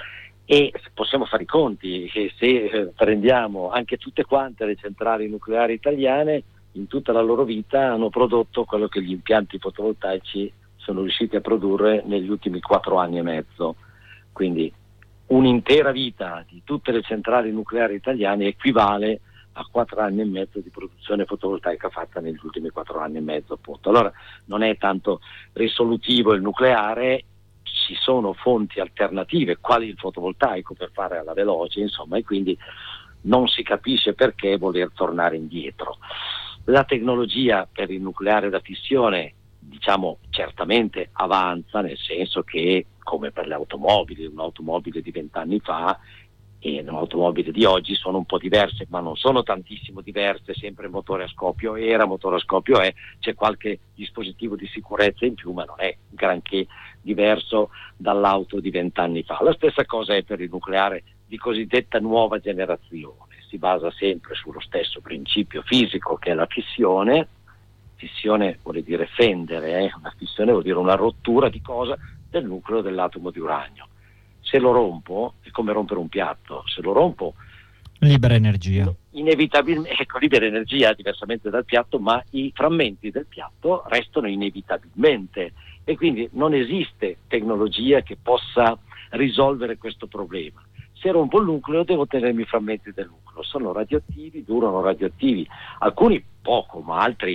E possiamo fare i conti che se eh, prendiamo anche tutte quante le centrali nucleari italiane, in tutta la loro vita hanno prodotto quello che gli impianti fotovoltaici sono riusciti a produrre negli ultimi quattro anni e mezzo. Quindi un'intera vita di tutte le centrali nucleari italiane equivale a quattro anni e mezzo di produzione fotovoltaica fatta negli ultimi quattro anni e mezzo, appunto. Allora non è tanto risolutivo il nucleare, ci sono fonti alternative, quali il fotovoltaico per fare alla veloce, insomma, e quindi non si capisce perché voler tornare indietro. La tecnologia per il nucleare da fissione, diciamo, certamente avanza, nel senso che, come per le automobili, un'automobile di vent'anni fa e un'automobile di oggi sono un po' diverse, ma non sono tantissimo diverse, sempre motore a scoppio era, motore a scoppio è, c'è qualche dispositivo di sicurezza in più, ma non è granché diverso dall'auto di vent'anni fa. La stessa cosa è per il nucleare di cosiddetta nuova generazione, si basa sempre sullo stesso principio fisico che è la fissione. Fissione vuol dire fendere, eh? Una fissione vuol dire una rottura di cosa? Del nucleo dell'atomo di uranio. Se lo rompo è come rompere un piatto, se lo rompo libera energia, inevitabilmente, ecco, libera energia diversamente dal piatto, ma i frammenti del piatto restano inevitabilmente e quindi non esiste tecnologia che possa risolvere questo problema. Se rompo il nucleo devo tenermi i frammenti del nucleo, sono radioattivi, durano radioattivi, alcuni poco, ma altri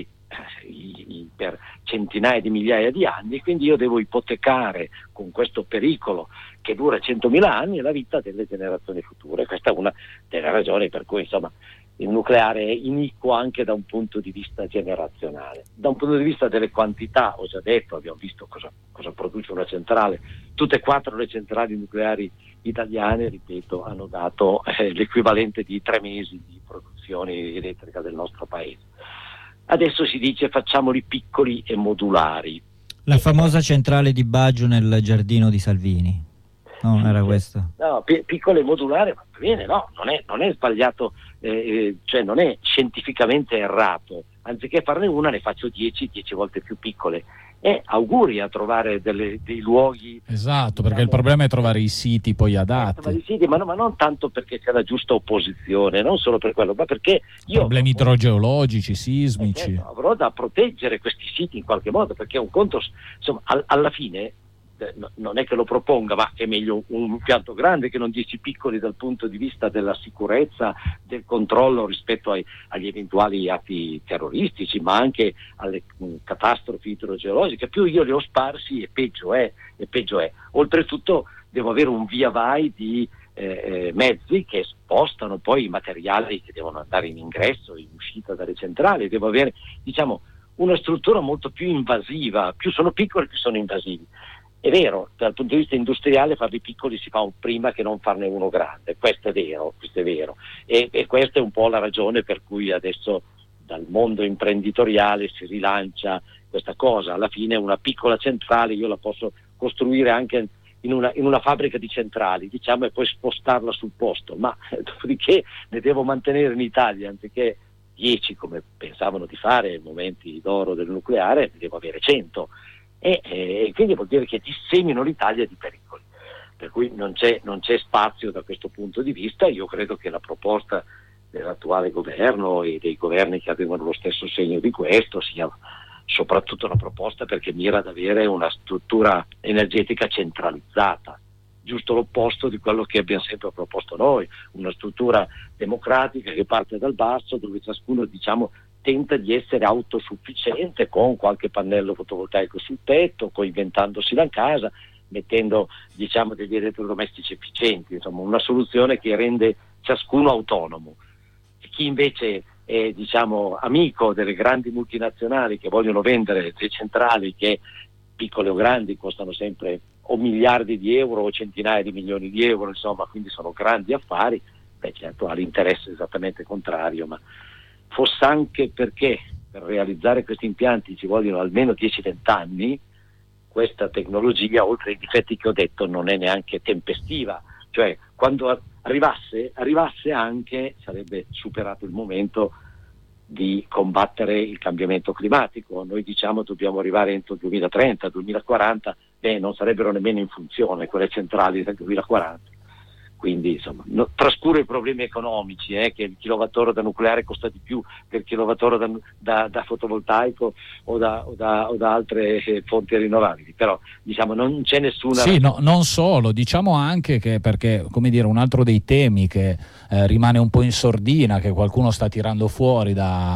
per centinaia di migliaia di anni, quindi io devo ipotecare con questo pericolo che dura centomila anni la vita delle generazioni future. Questa è una delle ragioni per cui insomma il nucleare è iniquo anche da un punto di vista generazionale. Da un punto di vista delle quantità, ho già detto, abbiamo visto cosa, cosa produce una centrale. Tutte e quattro le centrali nucleari italiane, ripeto, hanno dato eh, l'equivalente di tre mesi di produzione elettrica del nostro paese. Adesso si dice facciamoli piccoli e modulari. La famosa centrale di Baggio nel giardino di Salvini. No, era questo. No, p- piccolo e modulare, va bene, no, non è, non è sbagliato, eh, cioè non è scientificamente errato. Anziché farne una ne faccio dieci, dieci volte più piccole. E auguri a trovare delle, dei luoghi. Esatto, perché il problema è trovare i siti poi adatti. I siti, ma, no, ma non tanto perché c'è la giusta opposizione, non solo per quello, ma perché io problemi idrogeologici, sismici. Eh, certo, avrò da proteggere questi siti in qualche modo, perché un conto, insomma, al, alla fine eh, no, non è che lo proponga, ma è meglio un impianto grande che non dieci piccoli dal punto di vista della sicurezza, del controllo rispetto ai, agli eventuali atti terroristici, ma anche alle mh, catastrofi idrogeologiche. Più io li ho sparsi e peggio è, e peggio è. Oltretutto devo avere un via vai di eh, mezzi che spostano poi i materiali che devono andare in ingresso, in uscita dalle centrali. Devo avere, diciamo, una struttura molto più invasiva. Più sono piccoli, più sono invasivi. È vero, dal punto di vista industriale farli piccoli si fa un prima che non farne uno grande, questo è vero, questo è vero. E, e questa è un po' la ragione per cui adesso dal mondo imprenditoriale si rilancia questa cosa. Alla fine una piccola centrale io la posso costruire anche in una, in una fabbrica di centrali, diciamo, e poi spostarla sul posto, ma dopodiché ne devo mantenere in Italia, anziché dieci come pensavano di fare ai momenti d'oro del nucleare, ne devo avere cento. E, e quindi vuol dire che dissemino l'Italia di pericoli, per cui non c'è, non c'è spazio da questo punto di vista. Io credo che la proposta dell'attuale governo e dei governi che avevano lo stesso segno di questo sia soprattutto una proposta perché mira ad avere una struttura energetica centralizzata, giusto l'opposto di quello che abbiamo sempre proposto noi, una struttura democratica che parte dal basso, dove ciascuno, diciamo, tenta di essere autosufficiente con qualche pannello fotovoltaico sul tetto, coinventandosi la casa, mettendo, diciamo, degli elettrodomestici efficienti, insomma una soluzione che rende ciascuno autonomo. E chi invece è, diciamo, amico delle grandi multinazionali che vogliono vendere le centrali che, piccole o grandi, costano sempre o miliardi di euro o centinaia di milioni di euro, insomma, quindi sono grandi affari, beh certo ha l'interesse esattamente contrario, ma fosse anche perché per realizzare questi impianti ci vogliono almeno dieci venti anni, questa tecnologia, oltre ai difetti che ho detto, non è neanche tempestiva, cioè quando arrivasse, arrivasse anche, sarebbe superato il momento di combattere il cambiamento climatico. Noi diciamo dobbiamo arrivare entro il duemilatrenta, duemilaquaranta, beh non sarebbero nemmeno in funzione quelle centrali del duemilaquaranta. Quindi insomma no, trascuro i problemi economici, eh, che il kilowattora da nucleare costa di più del kilowattora da, da, da fotovoltaico o da, o da, o da altre eh, fonti rinnovabili, però diciamo non c'è nessuna. Sì, no, non solo, diciamo anche che, perché come dire, un altro dei temi che eh, rimane un po' in sordina, che qualcuno sta tirando fuori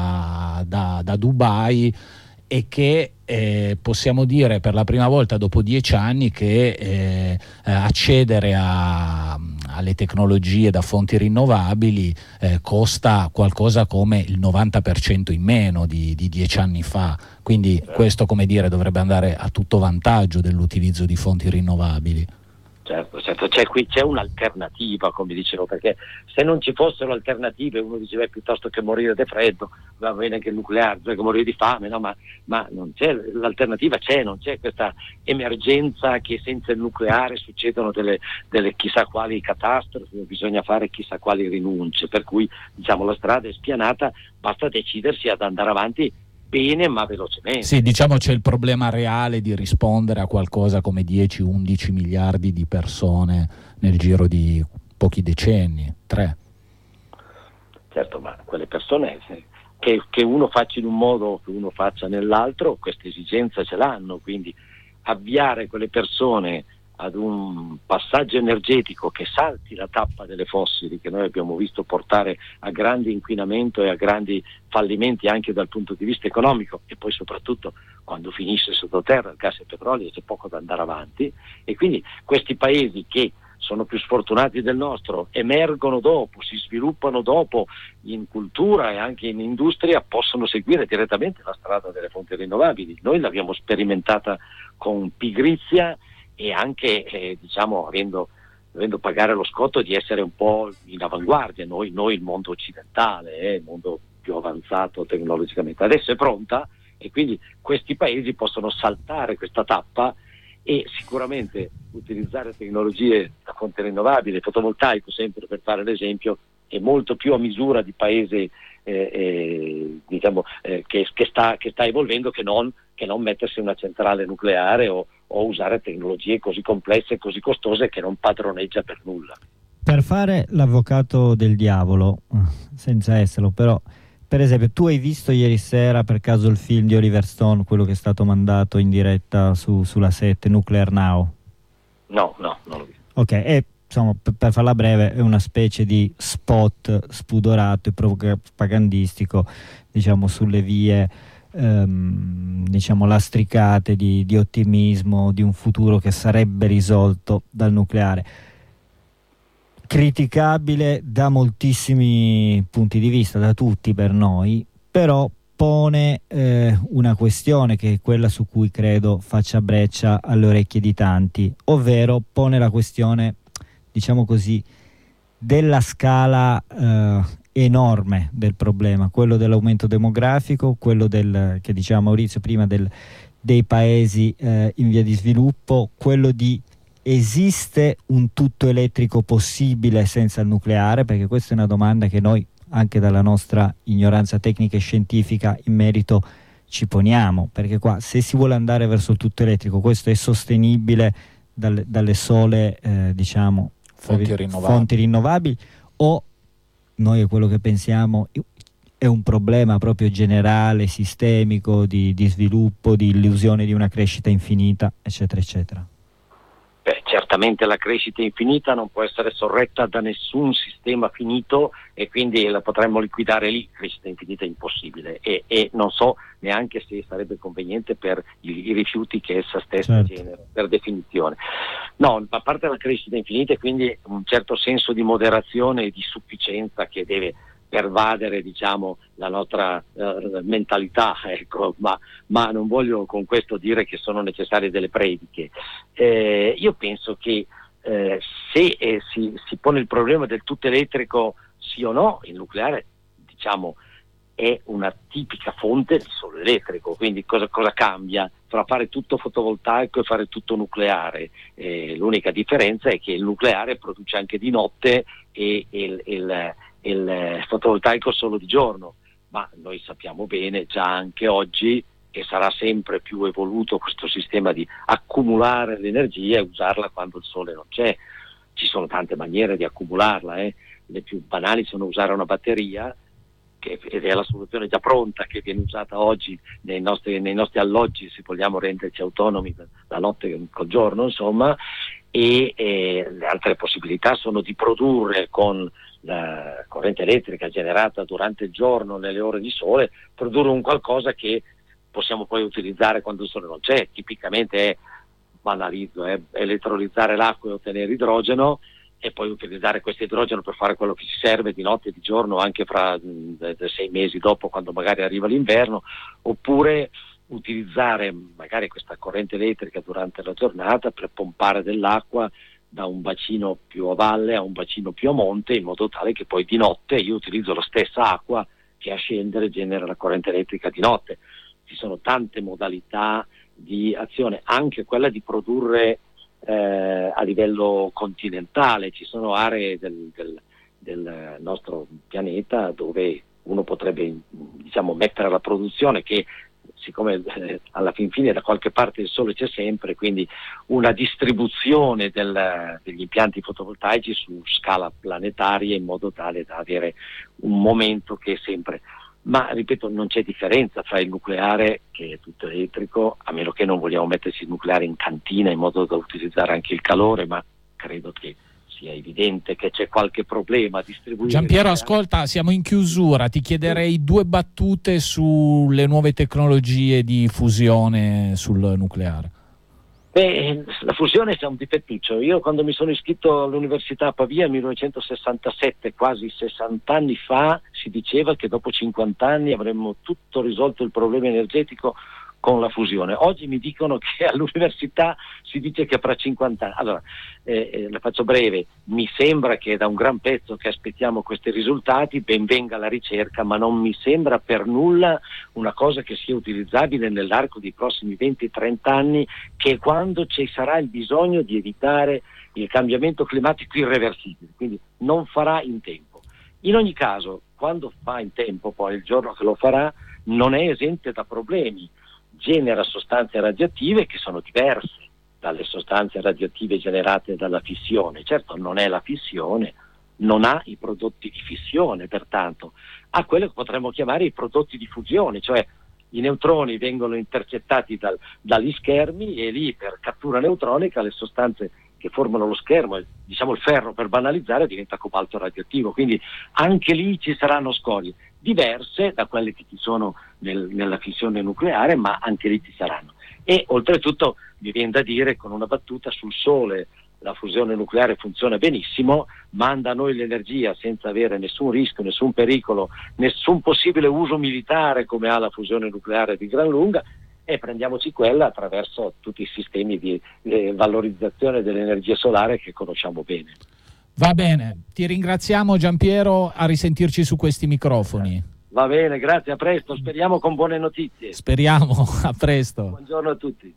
da, da, da Dubai, e che eh, possiamo dire per la prima volta dopo dieci anni che eh, accedere a, alle tecnologie da fonti rinnovabili eh, costa qualcosa come il novanta per cento in meno di, di dieci anni fa, quindi questo, come dire, dovrebbe andare a tutto vantaggio dell'utilizzo di fonti rinnovabili. Certo, certo, c'è qui c'è un'alternativa, come dicevo, perché se non ci fossero alternative uno diceva piuttosto che morire di freddo va bene anche il nucleare, cioè che morire di fame, no? ma, ma non c'è, l'alternativa c'è, non c'è questa emergenza che senza il nucleare succedono delle, delle chissà quali catastrofi, bisogna fare chissà quali rinunce, per cui diciamo la strada è spianata, basta decidersi ad andare avanti bene ma velocemente. Sì, diciamo c'è il problema reale di rispondere a qualcosa come dieci undici miliardi di persone nel giro di pochi decenni, tre. Certo, ma quelle persone che, che uno faccia in un modo o che uno faccia nell'altro, questa esigenza ce l'hanno, quindi avviare quelle persone ad un passaggio energetico che salti la tappa delle fossili che noi abbiamo visto portare a grande inquinamento e a grandi fallimenti anche dal punto di vista economico, e poi soprattutto quando finisce sottoterra il gas e il petrolio c'è poco da andare avanti, e quindi questi paesi che sono più sfortunati del nostro, emergono dopo, si sviluppano dopo in cultura e anche in industria, possono seguire direttamente la strada delle fonti rinnovabili. Noi l'abbiamo sperimentata con pigrizia e anche eh, diciamo avendo, avendo pagare lo scotto di essere un po' in avanguardia, noi, noi il mondo occidentale, eh, il mondo più avanzato tecnologicamente. Adesso è pronta e quindi questi paesi possono saltare questa tappa e sicuramente utilizzare tecnologie da fonte rinnovabile, fotovoltaico sempre per fare l'esempio, è molto più a misura di paese eh, eh, diciamo eh, che, che, sta, che sta evolvendo che non, che non mettersi una centrale nucleare o, o usare tecnologie così complesse e così costose che non padroneggia per nulla. Per fare l'avvocato del diavolo, senza esserlo, però per esempio, tu hai visto ieri sera per caso il film di Oliver Stone, quello che è stato mandato in diretta su, sulla sette, Nuclear Now? No, no, non l'ho visto. Ok, e insomma, per, per farla breve, è una specie di spot spudorato e propagandistico, diciamo, sulle vie, ehm, diciamo, lastricate di, di ottimismo, di un futuro che sarebbe risolto dal nucleare. Criticabile da moltissimi punti di vista, da tutti per noi, però pone eh, una questione che è quella su cui credo faccia breccia alle orecchie di tanti, ovvero pone la questione, diciamo così, della scala eh, enorme del problema, quello dell'aumento demografico, quello del, che diceva Maurizio prima, del, dei paesi eh, in via di sviluppo, quello di esiste un tutto elettrico possibile senza il nucleare, perché questa è una domanda che noi, anche dalla nostra ignoranza tecnica e scientifica in merito, ci poniamo, perché qua se si vuole andare verso il tutto elettrico, questo è sostenibile dalle, dalle sole eh, diciamo fonti rinnovabili. fonti rinnovabili, o noi è quello che pensiamo è un problema proprio generale, sistemico, di, di sviluppo, di illusione di una crescita infinita, eccetera eccetera. Beh, certamente la crescita infinita non può essere sorretta da nessun sistema finito e quindi la potremmo liquidare lì. Crescita infinita è impossibile e, e non so neanche se sarebbe conveniente per i, i rifiuti che essa stessa certo. genera, per definizione. No, a parte la crescita infinita e quindi un certo senso di moderazione e di sufficienza che deve pervadere, diciamo, la nostra uh, mentalità, ecco, ma, ma non voglio con questo dire che sono necessarie delle prediche. Eh, io penso che eh, se eh, si, si pone il problema del tutto elettrico sì o no, il nucleare, diciamo, è una tipica fonte di sole elettrico, quindi cosa, cosa cambia tra fare tutto fotovoltaico e fare tutto nucleare? Eh, l'unica differenza è che il nucleare produce anche di notte e il, il il fotovoltaico solo di giorno, ma noi sappiamo bene già anche oggi che sarà sempre più evoluto questo sistema di accumulare l'energia e usarla quando il sole non c'è. Ci sono tante maniere di accumularla, eh. Le più banali sono usare una batteria, che è la soluzione già pronta che viene usata oggi nei nostri, nei nostri alloggi, se vogliamo renderci autonomi la notte col giorno, insomma, e eh, le altre possibilità sono di produrre con la corrente elettrica generata durante il giorno nelle ore di sole, produrre un qualcosa che possiamo poi utilizzare quando il sole non c'è. Tipicamente è, banalizzo, è elettrolizzare l'acqua e ottenere idrogeno e poi utilizzare questo idrogeno per fare quello che ci serve di notte e di giorno, anche fra mh, sei mesi dopo, quando magari arriva l'inverno, oppure utilizzare magari questa corrente elettrica durante la giornata per pompare dell'acqua da un bacino più a valle a un bacino più a monte, in modo tale che poi di notte io utilizzo la stessa acqua che a scendere genera la corrente elettrica di notte. Ci sono tante modalità di azione, anche quella di produrre eh, a livello continentale. Ci sono aree del, del, del nostro pianeta dove uno potrebbe, diciamo, mettere la produzione che, siccome eh, alla fin fine da qualche parte il sole c'è sempre, quindi una distribuzione del, degli impianti fotovoltaici su scala planetaria, in modo tale da avere un momento che è sempre. Ma ripeto, non c'è differenza fra il nucleare, che è tutto elettrico, a meno che non vogliamo metterci il nucleare in cantina in modo da utilizzare anche il calore, ma credo che sia evidente che c'è qualche problema a distribuire. Giampiero, ascolta, siamo in chiusura, ti chiederei due battute sulle nuove tecnologie di fusione sul nucleare. Beh, la fusione è un difettuccio. Io quando mi sono iscritto all'Università a Pavia nel millenovecentosessantasette, quasi sessanta anni fa, si diceva che dopo cinquanta anni avremmo tutto risolto il problema energetico con la fusione. Oggi mi dicono che all'università si dice che fra cinquanta anni. Allora, eh, eh, la faccio breve, mi sembra che da un gran pezzo che aspettiamo questi risultati, ben venga la ricerca, ma non mi sembra per nulla una cosa che sia utilizzabile nell'arco dei prossimi venti trenta anni, che è quando ci sarà il bisogno di evitare il cambiamento climatico irreversibile, quindi non farà in tempo. In ogni caso, quando fa in tempo, poi il giorno che lo farà, non è esente da problemi. Genera sostanze radioattive che sono diverse dalle sostanze radioattive generate dalla fissione. Certo, non è la fissione, non ha i prodotti di fissione, pertanto ha quello che potremmo chiamare i prodotti di fusione, cioè i neutroni vengono intercettati dal, dagli schermi e lì per cattura neutronica le sostanze che formano lo schermo, diciamo il ferro per banalizzare, diventa cobalto radioattivo, quindi anche lì ci saranno scorie diverse da quelle che ci sono nel, nella fissione nucleare, ma anche lì ci saranno. E oltretutto mi viene da dire con una battuta, sul Sole la fusione nucleare funziona benissimo, manda a noi l'energia senza avere nessun rischio, nessun pericolo, nessun possibile uso militare come ha la fusione nucleare di gran lunga, e prendiamoci quella attraverso tutti i sistemi di eh, valorizzazione dell'energia solare che conosciamo bene. Va bene, ti ringraziamo Giampiero, a risentirci su questi microfoni. Va bene, grazie, a presto, speriamo con buone notizie. Speriamo, a presto. Buongiorno a tutti.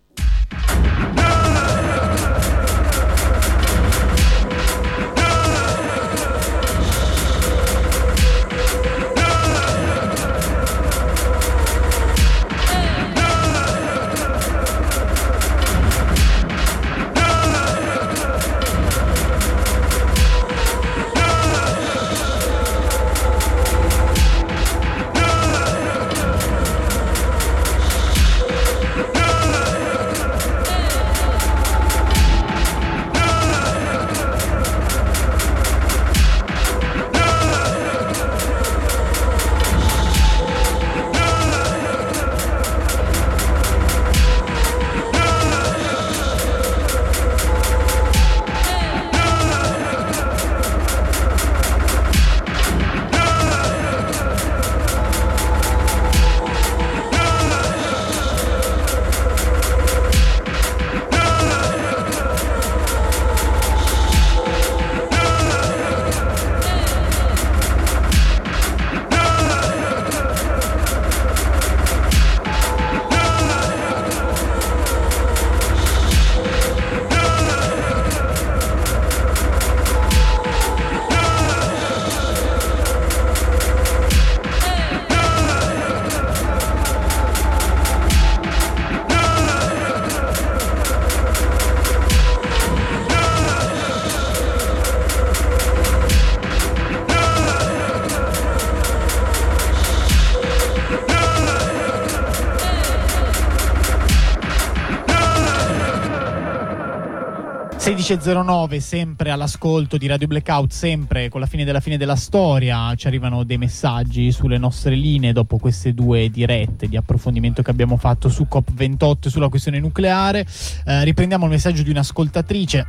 sedici e zero nove, sempre all'ascolto di Radio Blackout, sempre con la fine della fine della storia. Ci arrivano dei messaggi sulle nostre linee dopo queste due dirette di approfondimento che abbiamo fatto su COP ventotto e sulla questione nucleare. Eh, riprendiamo il messaggio di un'ascoltatrice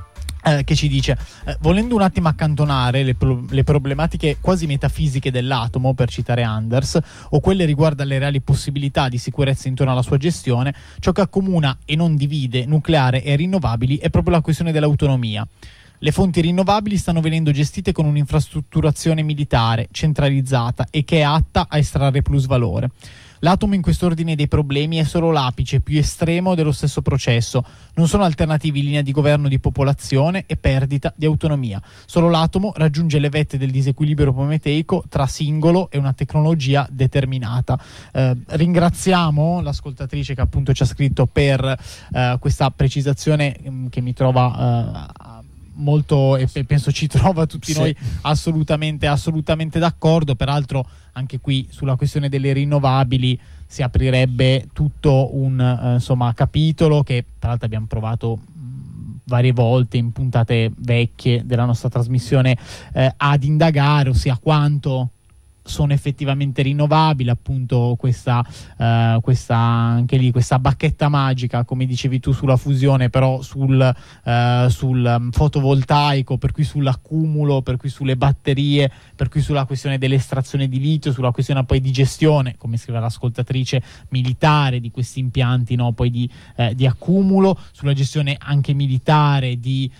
Eh, che ci dice: eh, volendo un attimo accantonare le, pro- le problematiche quasi metafisiche dell'atomo, per citare Anders, o quelle riguardo alle reali possibilità di sicurezza intorno alla sua gestione, ciò che accomuna e non divide nucleare e rinnovabili è proprio la questione dell'autonomia. Le fonti rinnovabili stanno venendo gestite con un'infrastrutturazione militare centralizzata e che è atta a estrarre plusvalore. L'atomo in quest'ordine dei problemi è solo l'apice più estremo dello stesso processo. Non sono alternativi linea di governo di popolazione e perdita di autonomia. Solo l'atomo raggiunge le vette del disequilibrio prometeico tra singolo e una tecnologia determinata. Eh, ringraziamo l'ascoltatrice che appunto ci ha scritto per eh, questa precisazione mh, che mi trova eh, molto, e penso ci trova tutti sì. Noi assolutamente assolutamente d'accordo. Peraltro anche qui sulla questione delle rinnovabili si aprirebbe tutto un eh, insomma capitolo che tra l'altro abbiamo provato mh, varie volte in puntate vecchie della nostra trasmissione eh, ad indagare, ossia quanto sono effettivamente rinnovabili, appunto questa, uh, questa anche lì questa bacchetta magica, come dicevi tu, sulla fusione, però sul, uh, sul fotovoltaico, per cui sull'accumulo, per cui sulle batterie, per cui sulla questione dell'estrazione di litio, sulla questione poi di gestione, come scrive l'ascoltatrice, militare di questi impianti, no? Poi di, eh, di accumulo, sulla gestione anche militare di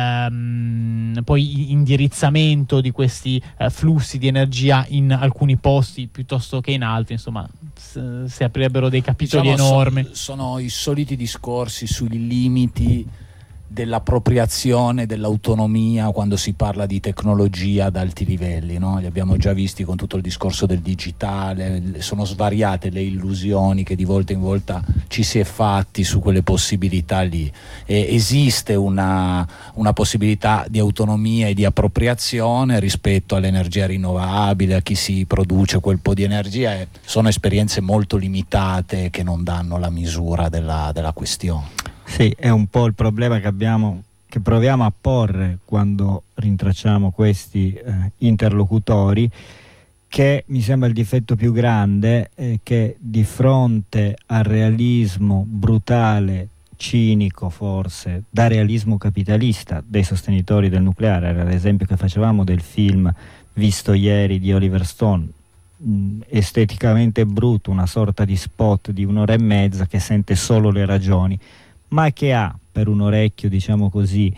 ehm, poi indirizzamento di questi eh, flussi di energia in alcuni posti piuttosto che in altri. Insomma, s- si aprirebbero dei capitoli diciamo, enormi. Sono, sono i soliti discorsi sui limiti dell'appropriazione dell'autonomia quando si parla di tecnologia ad alti livelli, no? Li abbiamo già visti con tutto il discorso del digitale, sono svariate le illusioni che di volta in volta ci si è fatti su quelle possibilità lì. E esiste una, una possibilità di autonomia e di appropriazione rispetto all'energia rinnovabile, a chi si produce quel po' di energia, e sono esperienze molto limitate che non danno la misura della, della questione. Sì, è un po' il problema che abbiamo, che proviamo a porre quando rintracciamo questi eh, interlocutori, che mi sembra il difetto più grande, è che di fronte al realismo brutale, cinico forse, da realismo capitalista dei sostenitori del nucleare, era l'esempio che facevamo del film visto ieri di Oliver Stone, mh, esteticamente brutto, una sorta di spot di un'ora e mezza che sente solo le ragioni, ma che ha per un orecchio, diciamo così,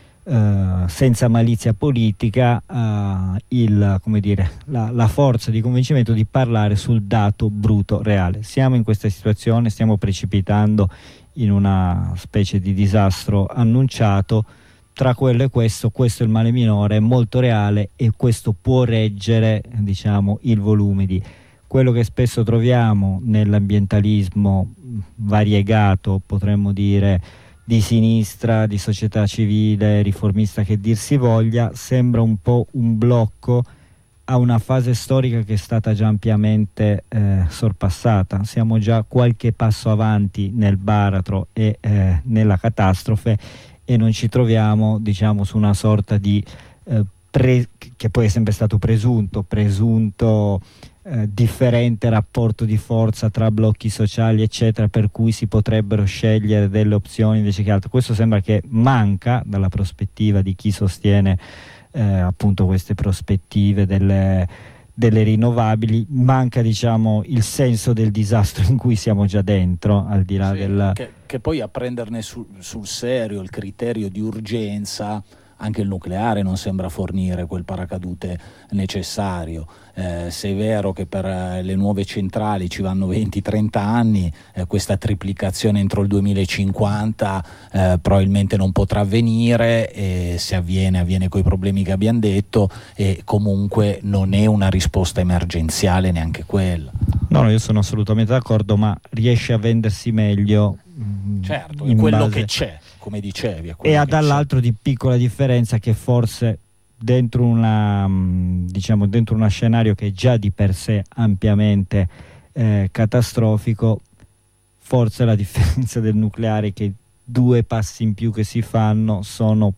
eh, senza malizia politica, eh, il, come dire, la, la forza di convincimento di parlare sul dato bruto reale. Siamo in questa situazione, stiamo precipitando in una specie di disastro annunciato. Tra quello e questo, questo è il male minore, è molto reale, e questo può reggere, diciamo, il volume di quello che spesso troviamo nell'ambientalismo variegato, potremmo dire di sinistra, di società civile, riformista che dir si voglia. Sembra un po' un blocco a una fase storica che è stata già ampiamente eh, sorpassata. Siamo già qualche passo avanti nel baratro e eh, nella catastrofe, e non ci troviamo, diciamo, su una sorta di eh, pre- che poi è sempre stato presunto presunto Eh, differente rapporto di forza tra blocchi sociali eccetera, per cui si potrebbero scegliere delle opzioni invece che altre. Questo sembra che manca dalla prospettiva di chi sostiene eh, appunto queste prospettive delle, delle rinnovabili. Manca, diciamo, il senso del disastro in cui siamo già dentro, al di là sì, del che, che poi a prenderne sul, sul serio il criterio di urgenza. Anche il nucleare non sembra fornire quel paracadute necessario. Eh, se è vero che per eh, le nuove centrali ci vanno venti trenta anni, eh, questa triplicazione entro il duemilacinquanta eh, probabilmente non potrà avvenire, e se avviene avviene coi problemi che abbiamo detto, e comunque non è una risposta emergenziale neanche quella. No, no, io sono assolutamente d'accordo, ma riesce a vendersi meglio. Certo, in è quello base... che c'è, come dicevi. E ha che dall'altro c'è. Di piccola differenza che forse dentro una diciamo dentro uno scenario che è già di per sé ampiamente eh, catastrofico, forse la differenza del nucleare è che due passi in più che si fanno sono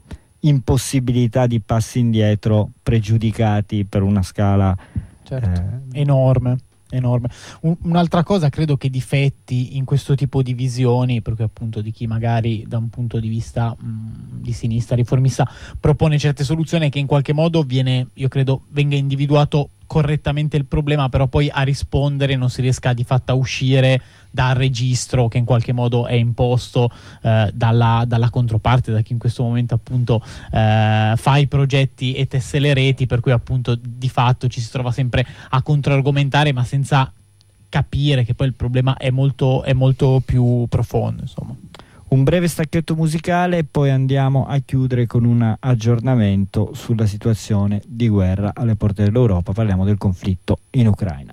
impossibilità di passi indietro pregiudicati per una scala certo, eh, enorme. enorme. Un, un'altra cosa, credo che difetti in questo tipo di visioni, perché appunto di chi magari da un punto di vista mh, di sinistra riformista propone certe soluzioni, che in qualche modo viene, io credo, venga individuato correttamente il problema, però poi a rispondere non si riesca di fatto a uscire dal registro che in qualche modo è imposto eh, dalla, dalla controparte, da chi in questo momento appunto eh, fa i progetti e tesse le reti, per cui appunto di fatto ci si trova sempre a controargomentare, ma senza capire che poi il problema è molto, è molto più profondo, insomma. Un breve stacchetto musicale e poi andiamo a chiudere con un aggiornamento sulla situazione di guerra alle porte dell'Europa. Parliamo del conflitto in Ucraina.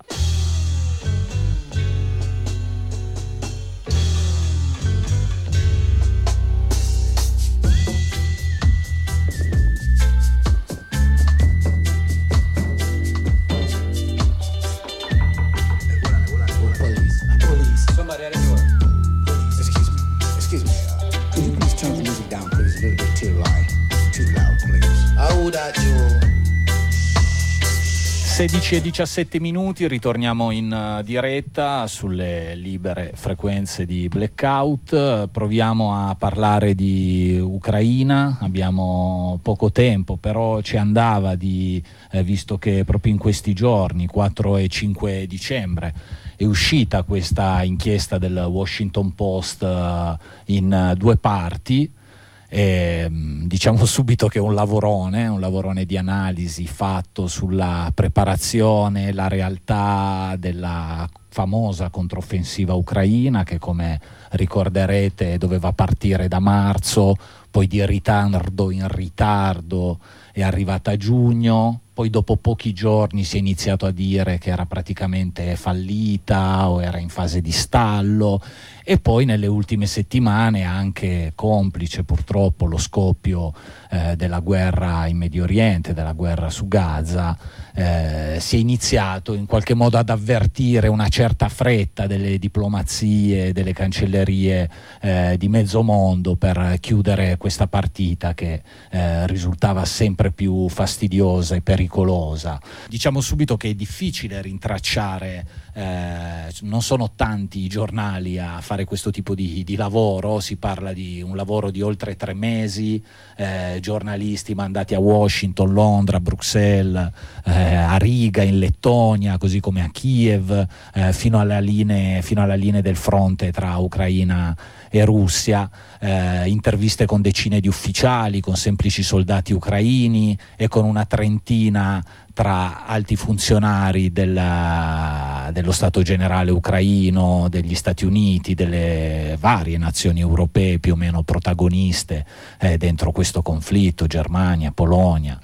sedici e diciassette minuti, ritorniamo in uh, diretta sulle libere frequenze di Blackout. Proviamo a parlare di Ucraina, abbiamo poco tempo, però ci andava di, eh, visto che proprio in questi giorni, quattro e cinque dicembre, è uscita questa inchiesta del Washington Post uh, in uh, due parti. E, diciamo subito che è un lavorone, un lavorone di analisi fatto sulla preparazione, la realtà della famosa controffensiva ucraina che, come ricorderete, doveva partire da marzo, poi di ritardo in ritardo è arrivata a giugno, poi dopo pochi giorni si è iniziato a dire che era praticamente fallita o era in fase di stallo, e poi nelle ultime settimane, anche complice purtroppo lo scoppio eh, della guerra in Medio Oriente, della guerra su Gaza, eh, si è iniziato in qualche modo ad avvertire una certa fretta delle diplomazie, delle cancellerie eh, di mezzo mondo per chiudere questa partita che eh, risultava sempre più fastidiosa e pericolosa. Diciamo subito che è difficile rintracciare, eh, non sono tanti i giornali a fare questo tipo di, di lavoro, si parla di un lavoro di oltre tre mesi, eh, giornalisti mandati a Washington, Londra, Bruxelles, eh, a Riga in Lettonia, così come a Kiev, eh, fino alla linea, fino alla linea del fronte tra Ucraina e Russia, eh, interviste con decine di ufficiali, con semplici soldati ucraini e con una trentina tra alti funzionari della, dello Stato Generale ucraino, degli Stati Uniti, delle varie nazioni europee più o meno protagoniste eh, dentro questo conflitto, Germania, Polonia.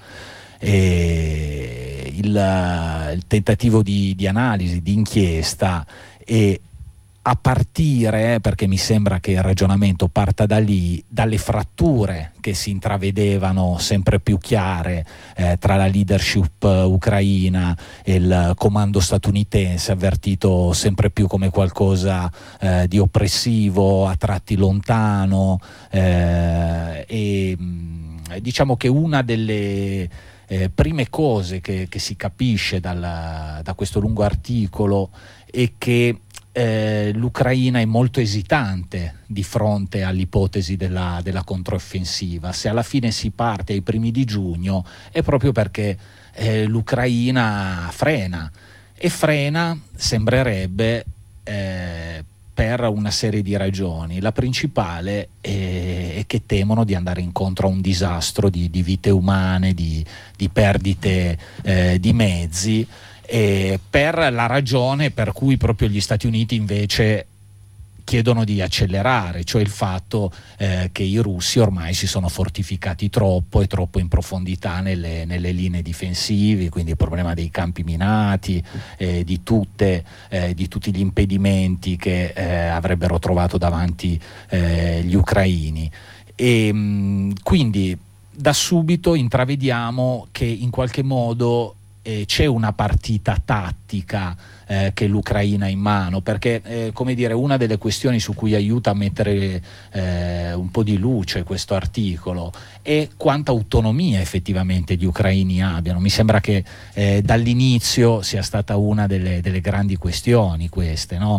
E il, il tentativo di, di analisi, di inchiesta, e a partire, perché mi sembra che il ragionamento parta da lì, dalle fratture che si intravedevano sempre più chiare eh, tra la leadership ucraina e il comando statunitense, avvertito sempre più come qualcosa eh, di oppressivo, a tratti lontano, eh, e mh, diciamo che una delle eh, prime cose che, che si capisce dal, da questo lungo articolo è che Eh, l'Ucraina è molto esitante di fronte all'ipotesi della, della controffensiva. Se alla fine si parte ai primi di giugno è proprio perché eh, l'Ucraina frena, e frena, sembrerebbe, eh, per una serie di ragioni. La principale è, è che temono di andare incontro a un disastro di, di vite umane, di, di perdite eh, di mezzi, e per la ragione per cui proprio gli Stati Uniti invece chiedono di accelerare, cioè il fatto eh, che i russi ormai si sono fortificati troppo e troppo in profondità nelle, nelle linee difensive, quindi il problema dei campi minati, eh, di, tutte, eh, di tutti gli impedimenti che eh, avrebbero trovato davanti eh, gli ucraini. E mh, quindi da subito intravediamo che in qualche modo Eh, c'è una partita tattica eh, che l'Ucraina ha in mano, perché eh, come dire, una delle questioni su cui aiuta a mettere eh, un po' di luce questo articolo è quanta autonomia effettivamente gli ucraini abbiano. Mi sembra che eh, dall'inizio sia stata una delle, delle grandi questioni queste, no?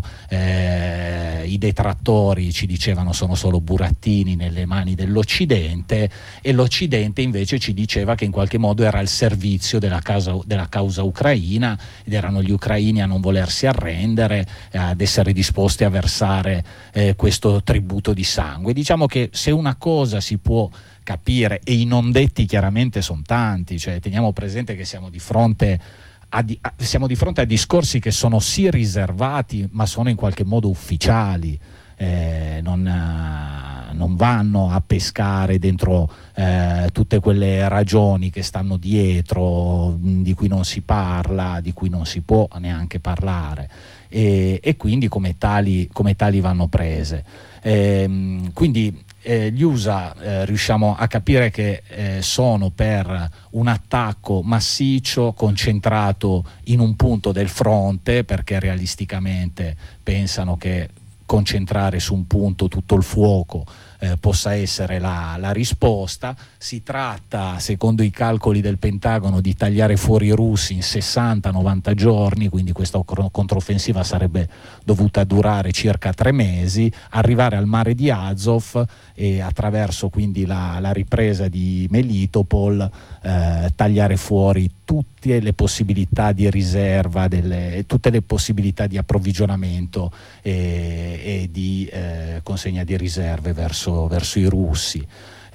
Eh, i detrattori ci dicevano sono solo burattini nelle mani dell'Occidente, e l'Occidente invece ci diceva che in qualche modo era al servizio della causa, della causa ucraina, ed erano gli ucraini a non volersi arrendere, ad essere disposti a versare eh, questo tributo di sangue. Diciamo che se una cosa si può capire, e i non detti chiaramente sono tanti, cioè teniamo presente che siamo di fronte a, di, a, siamo di fronte a discorsi che sono sì riservati ma sono in qualche modo ufficiali, eh, non, uh, non vanno a pescare dentro eh, tutte quelle ragioni che stanno dietro, di cui non si parla, di cui non si può neanche parlare, e, e quindi come tali, come tali vanno prese. Eh, quindi eh, gli U S A eh, riusciamo a capire che eh, sono per un attacco massiccio concentrato in un punto del fronte, perché realisticamente pensano che concentrare su un punto tutto il fuoco eh, possa essere la, la risposta. Si tratta, secondo i calcoli del Pentagono, di tagliare fuori i russi in sessanta novanta giorni, quindi questa controffensiva sarebbe dovuta durare circa tre mesi, arrivare al mare di Azov e attraverso quindi la, la ripresa di Melitopol eh, tagliare fuori tutte le possibilità di riserva, delle, tutte le possibilità di approvvigionamento e, e di eh, consegna di riserve verso, verso i russi.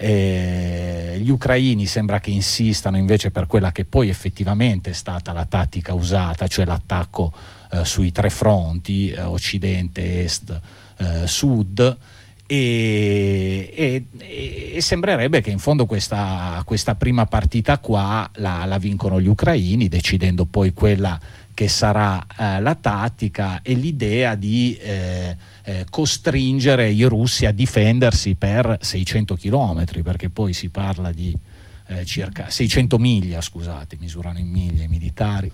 Eh, gli ucraini sembra che insistano invece per quella che poi effettivamente è stata la tattica usata, cioè l'attacco eh, sui tre fronti, eh, occidente, est, eh, sud. E, e, e sembrerebbe che in fondo questa, questa prima partita qua la, la vincono gli ucraini, decidendo poi quella che sarà eh, la tattica e l'idea di eh, eh, costringere i russi a difendersi per seicento chilometri, perché poi si parla di eh, circa seicento miglia, scusate, misurano in miglia i militari.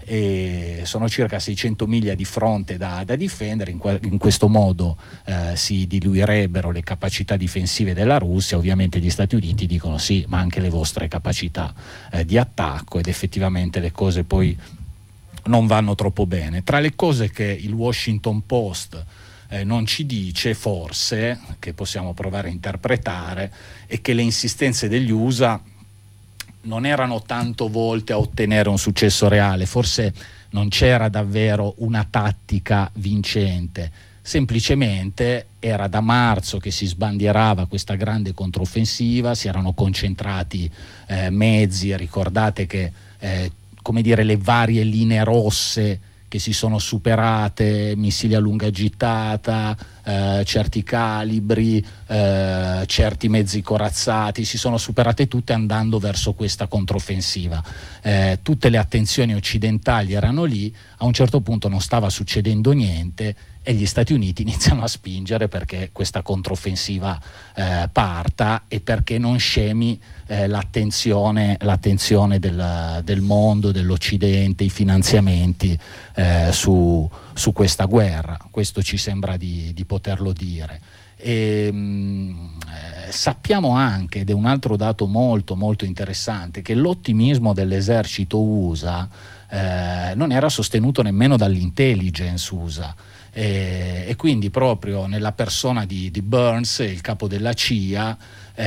E sono circa seicento miglia di fronte da, da difendere. In, que- in questo modo eh, si diluirebbero le capacità difensive della Russia. Ovviamente gli Stati Uniti dicono sì, ma anche le vostre capacità eh, di attacco, ed effettivamente le cose poi non vanno troppo bene. Tra le cose che il Washington Post eh, non ci dice, forse, che possiamo provare a interpretare, è che le insistenze degli U S A non erano tanto volte a ottenere un successo reale, forse non c'era davvero una tattica vincente, semplicemente era da marzo che si sbandierava questa grande controffensiva, si erano concentrati eh, mezzi, ricordate che eh, come dire, le varie linee rosse che si sono superate, missili a lunga gittata, eh, certi calibri, eh, certi mezzi corazzati, si sono superate tutte andando verso questa controffensiva. Eh, tutte le attenzioni occidentali erano lì, a un certo punto non stava succedendo niente e gli Stati Uniti iniziano a spingere perché questa controffensiva eh, parta e perché non scemi eh, l'attenzione, l'attenzione del, del mondo, dell'Occidente, i finanziamenti eh, su, su questa guerra. Questo ci sembra di, di poterlo dire. E, mh, eh, sappiamo anche, ed è un altro dato molto molto interessante, che l'ottimismo dell'esercito U S A eh, non era sostenuto nemmeno dall'intelligence U S A. E, e quindi proprio nella persona di, di Burns, il capo della C I A,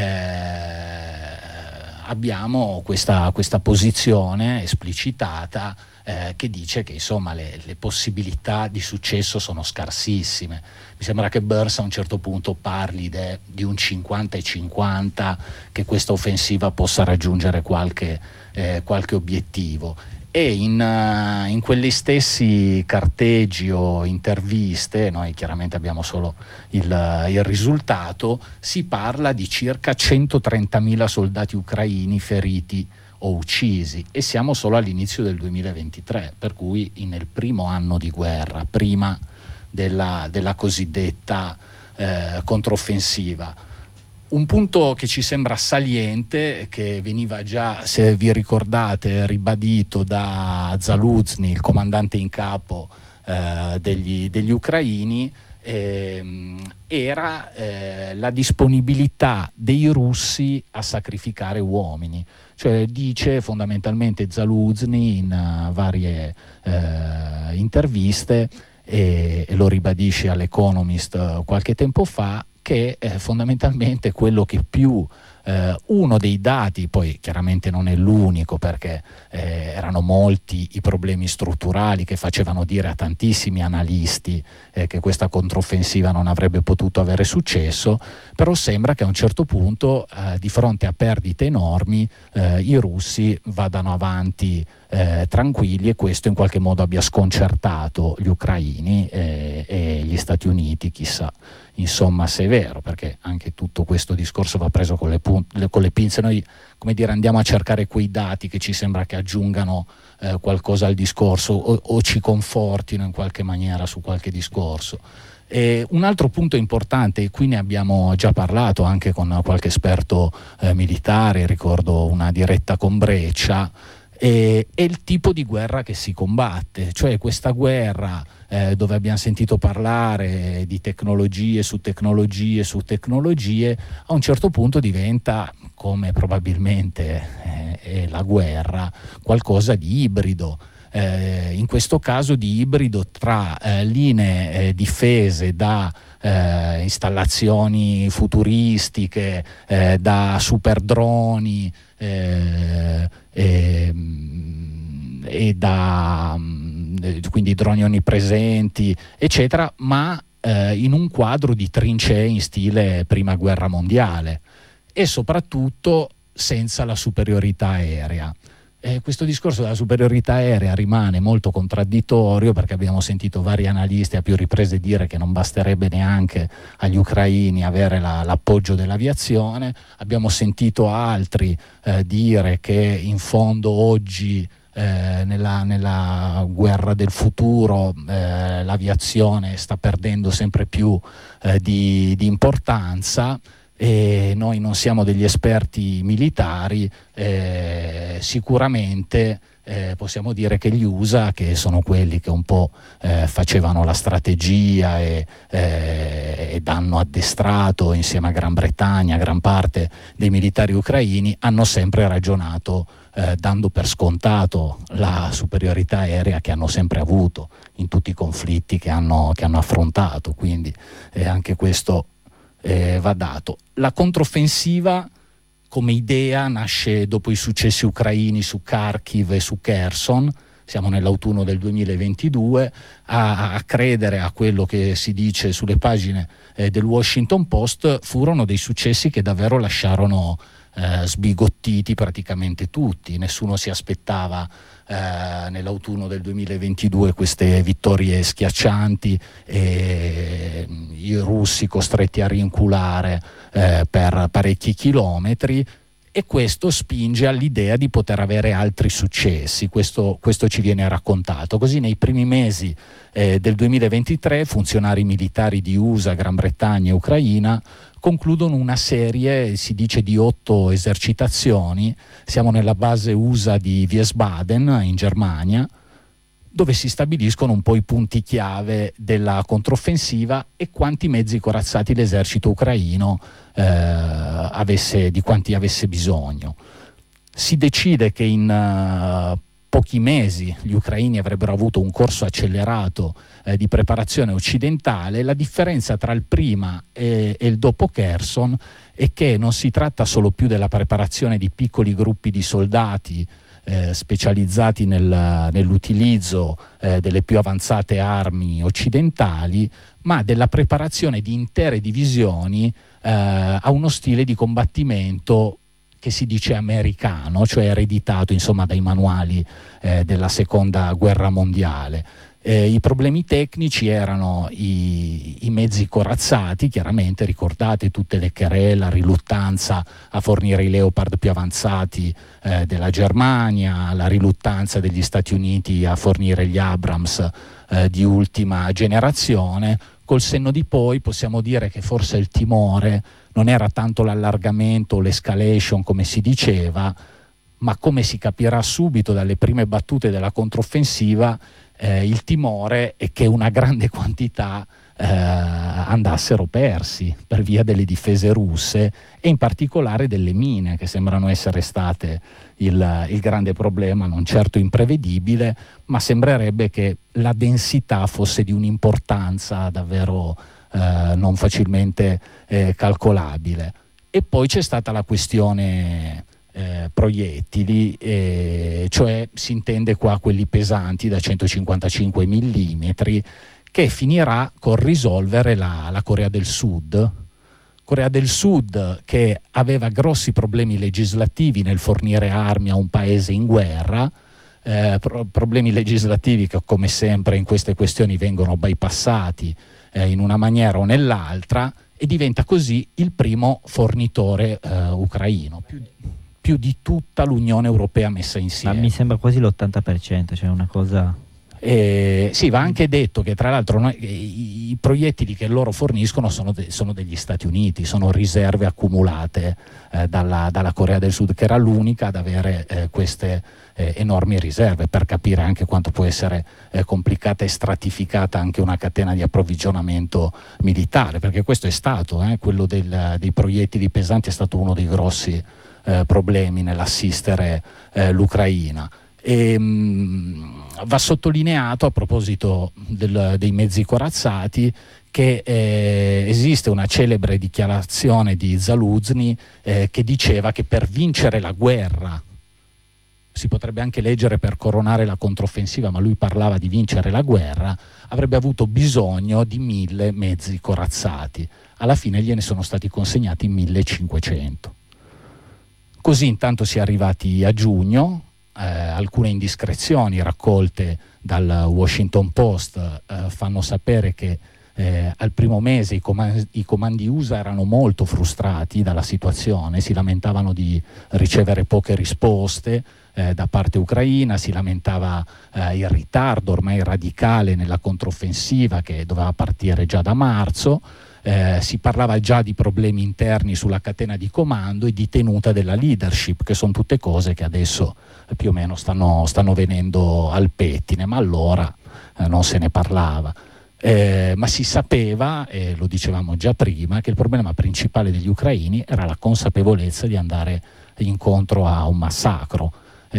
eh, abbiamo questa, questa posizione esplicitata eh, che dice che insomma le, le possibilità di successo sono scarsissime. Mi sembra che Burns a un certo punto parli de, di un cinquanta e cinquanta, che questa offensiva possa raggiungere qualche, eh, qualche obiettivo. E in, uh, in quegli stessi carteggi o interviste, noi chiaramente abbiamo solo il, uh, il risultato, si parla di circa centotrentamila soldati ucraini feriti o uccisi, e siamo solo all'inizio del duemilaventitré, per cui nel primo anno di guerra, prima della, della cosiddetta eh, controffensiva. Un punto che ci sembra saliente, che veniva già, se vi ricordate, ribadito da Zaluzny, il comandante in capo eh, degli, degli ucraini, eh, era eh, la disponibilità dei russi a sacrificare uomini. Cioè dice fondamentalmente Zaluzny in uh, varie eh, interviste, e, e lo ribadisce all'Economist uh, qualche tempo fa, che eh, fondamentalmente quello che più eh, uno dei dati, poi chiaramente non è l'unico, perché eh, erano molti i problemi strutturali che facevano dire a tantissimi analisti eh, che questa controffensiva non avrebbe potuto avere successo, però sembra che a un certo punto eh, di fronte a perdite enormi eh, i russi vadano avanti eh, tranquilli, e questo in qualche modo abbia sconcertato gli ucraini eh, e gli Stati Uniti, chissà insomma se è vero, perché anche tutto questo discorso va preso con le, pun- con le pinze. Noi, come dire, andiamo a cercare quei dati che ci sembra che aggiungano eh, qualcosa al discorso o, o ci confortino in qualche maniera su qualche discorso. E un altro punto importante, e qui ne abbiamo già parlato anche con qualche esperto eh, militare, ricordo una diretta con Breccia, e, e il tipo di guerra che si combatte, cioè questa guerra eh, dove abbiamo sentito parlare di tecnologie su tecnologie su tecnologie, a un certo punto diventa, come probabilmente eh, è la guerra, qualcosa di ibrido. Eh, in questo caso di ibrido tra eh, linee eh, difese da eh, installazioni futuristiche, eh, da super droni eh, e, e da quindi droni onnipresenti eccetera, ma eh, in un quadro di trincee in stile prima guerra mondiale e soprattutto senza la superiorità aerea. Eh, questo discorso della superiorità aerea rimane molto contraddittorio, perché abbiamo sentito vari analisti a più riprese dire che non basterebbe neanche agli ucraini avere la, l'appoggio dell'aviazione, abbiamo sentito altri eh, dire che in fondo oggi eh, nella, nella guerra del futuro eh, l'aviazione sta perdendo sempre più eh, di, di importanza. E noi non siamo degli esperti militari, eh, sicuramente eh, possiamo dire che gli U S A, che sono quelli che un po' eh, facevano la strategia e, eh, ed hanno addestrato insieme a Gran Bretagna gran parte dei militari ucraini, hanno sempre ragionato eh, dando per scontato la superiorità aerea che hanno sempre avuto in tutti i conflitti che hanno, che hanno affrontato, quindi eh, anche questo Eh, va dato. La controffensiva come idea nasce dopo i successi ucraini su Kharkiv e su Kherson, siamo nell'autunno del duemilaventidue, a, a credere a quello che si dice sulle pagine eh, del Washington Post, furono dei successi che davvero lasciarono eh, sbigottiti praticamente tutti, nessuno si aspettava eh, nell'autunno del duemilaventidue queste vittorie schiaccianti e i russi costretti a rinculare eh, per parecchi chilometri, e questo spinge all'idea di poter avere altri successi. Questo, questo ci viene raccontato. Così nei primi mesi eh, del duemilaventitré funzionari militari di U S A, Gran Bretagna e Ucraina concludono una serie, si dice, di otto esercitazioni. Siamo nella base U S A di Wiesbaden in Germania, dove si stabiliscono un po' i punti chiave della controffensiva e quanti mezzi corazzati l'esercito ucraino eh, avesse, di quanti avesse bisogno. Si decide che in uh, pochi mesi gli ucraini avrebbero avuto un corso accelerato eh, di preparazione occidentale. La differenza tra il prima e, e il dopo Kherson è che non si tratta solo più della preparazione di piccoli gruppi di soldati Eh, specializzati nel, nell'utilizzo eh, delle più avanzate armi occidentali, ma della preparazione di intere divisioni eh, a uno stile di combattimento che si dice americano, cioè ereditato insomma dai manuali eh, della seconda guerra mondiale. Eh, I problemi tecnici erano i, i mezzi corazzati, chiaramente ricordate tutte le querele, la riluttanza a fornire i Leopard più avanzati eh, della Germania, la riluttanza degli Stati Uniti a fornire gli Abrams eh, di ultima generazione. Col senno di poi possiamo dire che forse il timore non era tanto l'allargamento o l'escalation come si diceva, ma come si capirà subito dalle prime battute della controffensiva, Eh, il timore è che una grande quantità eh, andassero persi per via delle difese russe e in particolare delle mine, che sembrano essere state il, il grande problema, non certo imprevedibile, ma sembrerebbe che la densità fosse di un'importanza davvero eh, non facilmente eh, calcolabile. E poi c'è stata la questione Eh, proiettili, eh, cioè si intende qua quelli pesanti da centocinquantacinque millimetri, che finirà con risolvere la, la Corea del Sud. Corea del Sud che aveva grossi problemi legislativi nel fornire armi a un paese in guerra, eh, pro- problemi legislativi che come sempre in queste questioni vengono bypassati eh, in una maniera o nell'altra, e diventa così il primo fornitore eh, ucraino. Più, più di tutta l'Unione Europea messa insieme. Ma mi sembra quasi l'ottanta per cento, cioè una cosa... Eh, sì, va anche detto che tra l'altro noi, i, i proiettili che loro forniscono sono, de, sono degli Stati Uniti, sono riserve accumulate eh, dalla, dalla Corea del Sud, che era l'unica ad avere eh, queste eh, enormi riserve, per capire anche quanto può essere eh, complicata e stratificata anche una catena di approvvigionamento militare, perché questo è stato, eh, quello del, dei proiettili pesanti è stato uno dei grossi eh, problemi nell'assistere eh, l'Ucraina. E, mh, va sottolineato a proposito del, dei mezzi corazzati che eh, esiste una celebre dichiarazione di Zaluzny eh, che diceva che per vincere la guerra, si potrebbe anche leggere per coronare la controffensiva, ma lui parlava di vincere la guerra, avrebbe avuto bisogno di mille mezzi corazzati. Alla fine gliene sono stati consegnati millecinquecento. Così intanto si è arrivati a giugno. Eh, alcune indiscrezioni raccolte dal Washington Post eh, fanno sapere che eh, al primo mese i, com- i comandi U S A erano molto frustrati dalla situazione, si lamentavano di ricevere poche risposte eh, da parte ucraina, si lamentava eh, il ritardo ormai radicale nella controffensiva che doveva partire già da marzo. Eh, si parlava già di problemi interni sulla catena di comando e di tenuta della leadership, che sono tutte cose che adesso eh, più o meno stanno, stanno venendo al pettine, ma allora eh, non se ne parlava. Eh, ma si sapeva, e lo dicevamo già prima, che il problema principale degli ucraini era la consapevolezza di andare incontro a un massacro.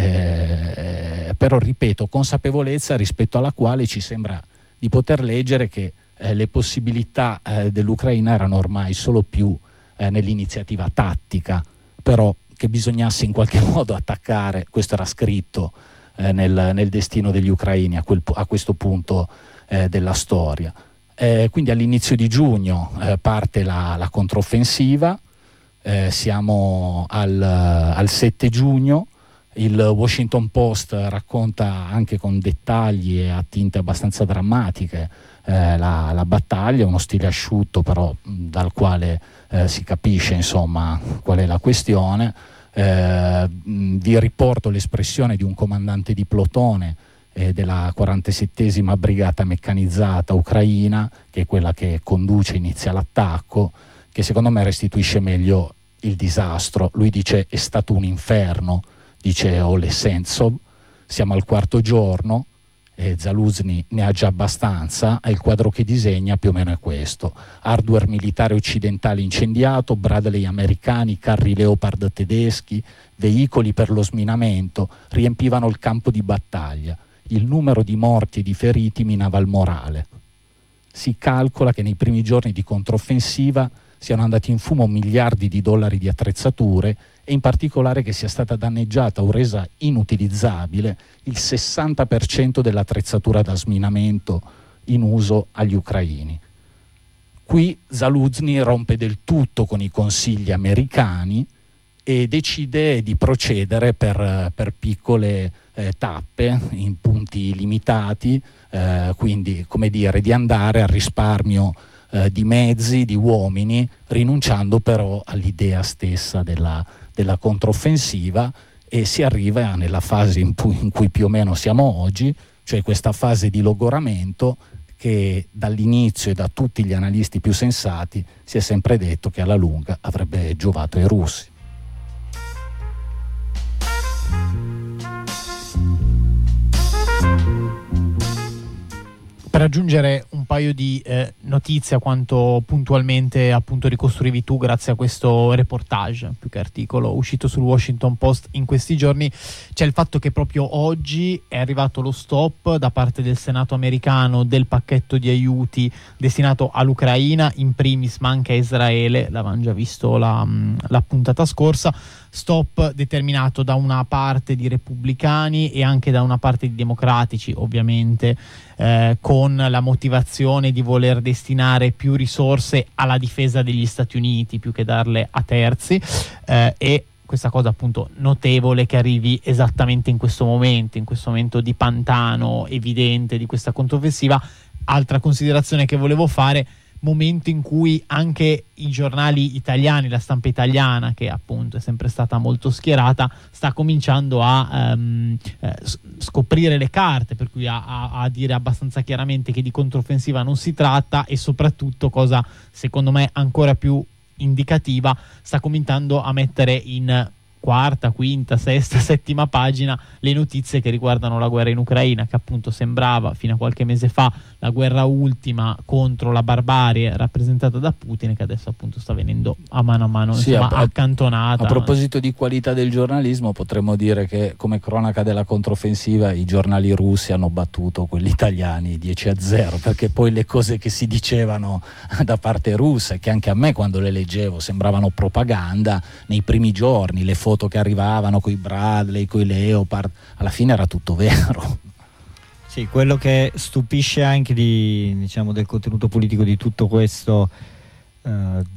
Eh, però ripeto, consapevolezza rispetto alla quale ci sembra di poter leggere che Eh, le possibilità eh, dell'Ucraina erano ormai solo più eh, nell'iniziativa tattica, però che bisognasse in qualche modo attaccare, questo era scritto eh, nel, nel destino degli ucraini a, quel, a questo punto eh, della storia. Eh, quindi all'inizio di giugno eh, parte la, la controffensiva, eh, siamo al, al sette giugno. Il Washington Post racconta anche con dettagli e a tinte abbastanza drammatiche eh, la, la battaglia, uno stile asciutto però dal quale eh, si capisce insomma qual è la questione. Eh, vi riporto l'espressione di un comandante di plotone eh, della quarantasettesima brigata meccanizzata ucraina, che è quella che conduce, inizia l'attacco, che secondo me restituisce meglio il disastro. Lui dice: è stato un inferno. Dice Ole Sentsov, siamo al quarto giorno e Zaluzny ne ha già abbastanza, e il quadro che disegna più o meno è questo: hardware militare occidentale incendiato, Bradley americani, carri Leopard tedeschi, veicoli per lo sminamento riempivano il campo di battaglia, il numero di morti e di feriti minava il morale. Si calcola che nei primi giorni di controffensiva siano andati in fumo miliardi di dollari di attrezzature e in particolare che sia stata danneggiata o resa inutilizzabile il sessanta per cento dell'attrezzatura da sminamento in uso agli ucraini. Qui Zaluzny rompe del tutto con i consigli americani e decide di procedere per, per piccole eh, tappe in punti limitati, eh, quindi come dire di andare al risparmio Eh, di mezzi, di uomini, rinunciando però all'idea stessa della, della controffensiva, e si arriva nella fase in cui, in cui più o meno siamo oggi, cioè questa fase di logoramento che dall'inizio e da tutti gli analisti più sensati si è sempre detto che alla lunga avrebbe giovato ai russi. Per aggiungere un paio di eh, notizie a quanto puntualmente appunto ricostruivi tu grazie a questo reportage più che articolo uscito sul Washington Post in questi giorni, c'è il fatto che proprio oggi è arrivato lo stop da parte del Senato americano del pacchetto di aiuti destinato all'Ucraina, in primis ma anche a Israele, l'avevamo già visto la, la puntata scorsa. Stop determinato da una parte di repubblicani e anche da una parte di democratici, ovviamente, eh, con la motivazione di voler destinare più risorse alla difesa degli Stati Uniti più che darle a terzi, eh, e questa cosa appunto notevole che arrivi esattamente in questo momento, in questo momento di pantano evidente di questa controffensiva. Altra considerazione che volevo fare: momento in cui anche i giornali italiani, la stampa italiana, che appunto è sempre stata molto schierata, sta cominciando a um, eh, scoprire le carte, per cui a, a, a dire abbastanza chiaramente che di controffensiva non si tratta, e soprattutto, cosa secondo me ancora più indicativa, sta cominciando a mettere in quarta, quinta, sesta, settima pagina le notizie che riguardano la guerra in Ucraina, che appunto sembrava fino a qualche mese fa la guerra ultima contro la barbarie rappresentata da Putin, e che adesso appunto sta venendo a mano a mano, sì, insomma, a, accantonata. A proposito di qualità del giornalismo, potremmo dire che come cronaca della controffensiva i giornali russi hanno battuto quelli italiani dieci a zero, perché poi le cose che si dicevano da parte russa, che anche a me quando le leggevo sembravano propaganda, nei primi giorni le foto che arrivavano con i Bradley, con i Leopard, alla fine era tutto vero. Sì, quello che stupisce anche di, diciamo, del contenuto politico di tutto questo eh,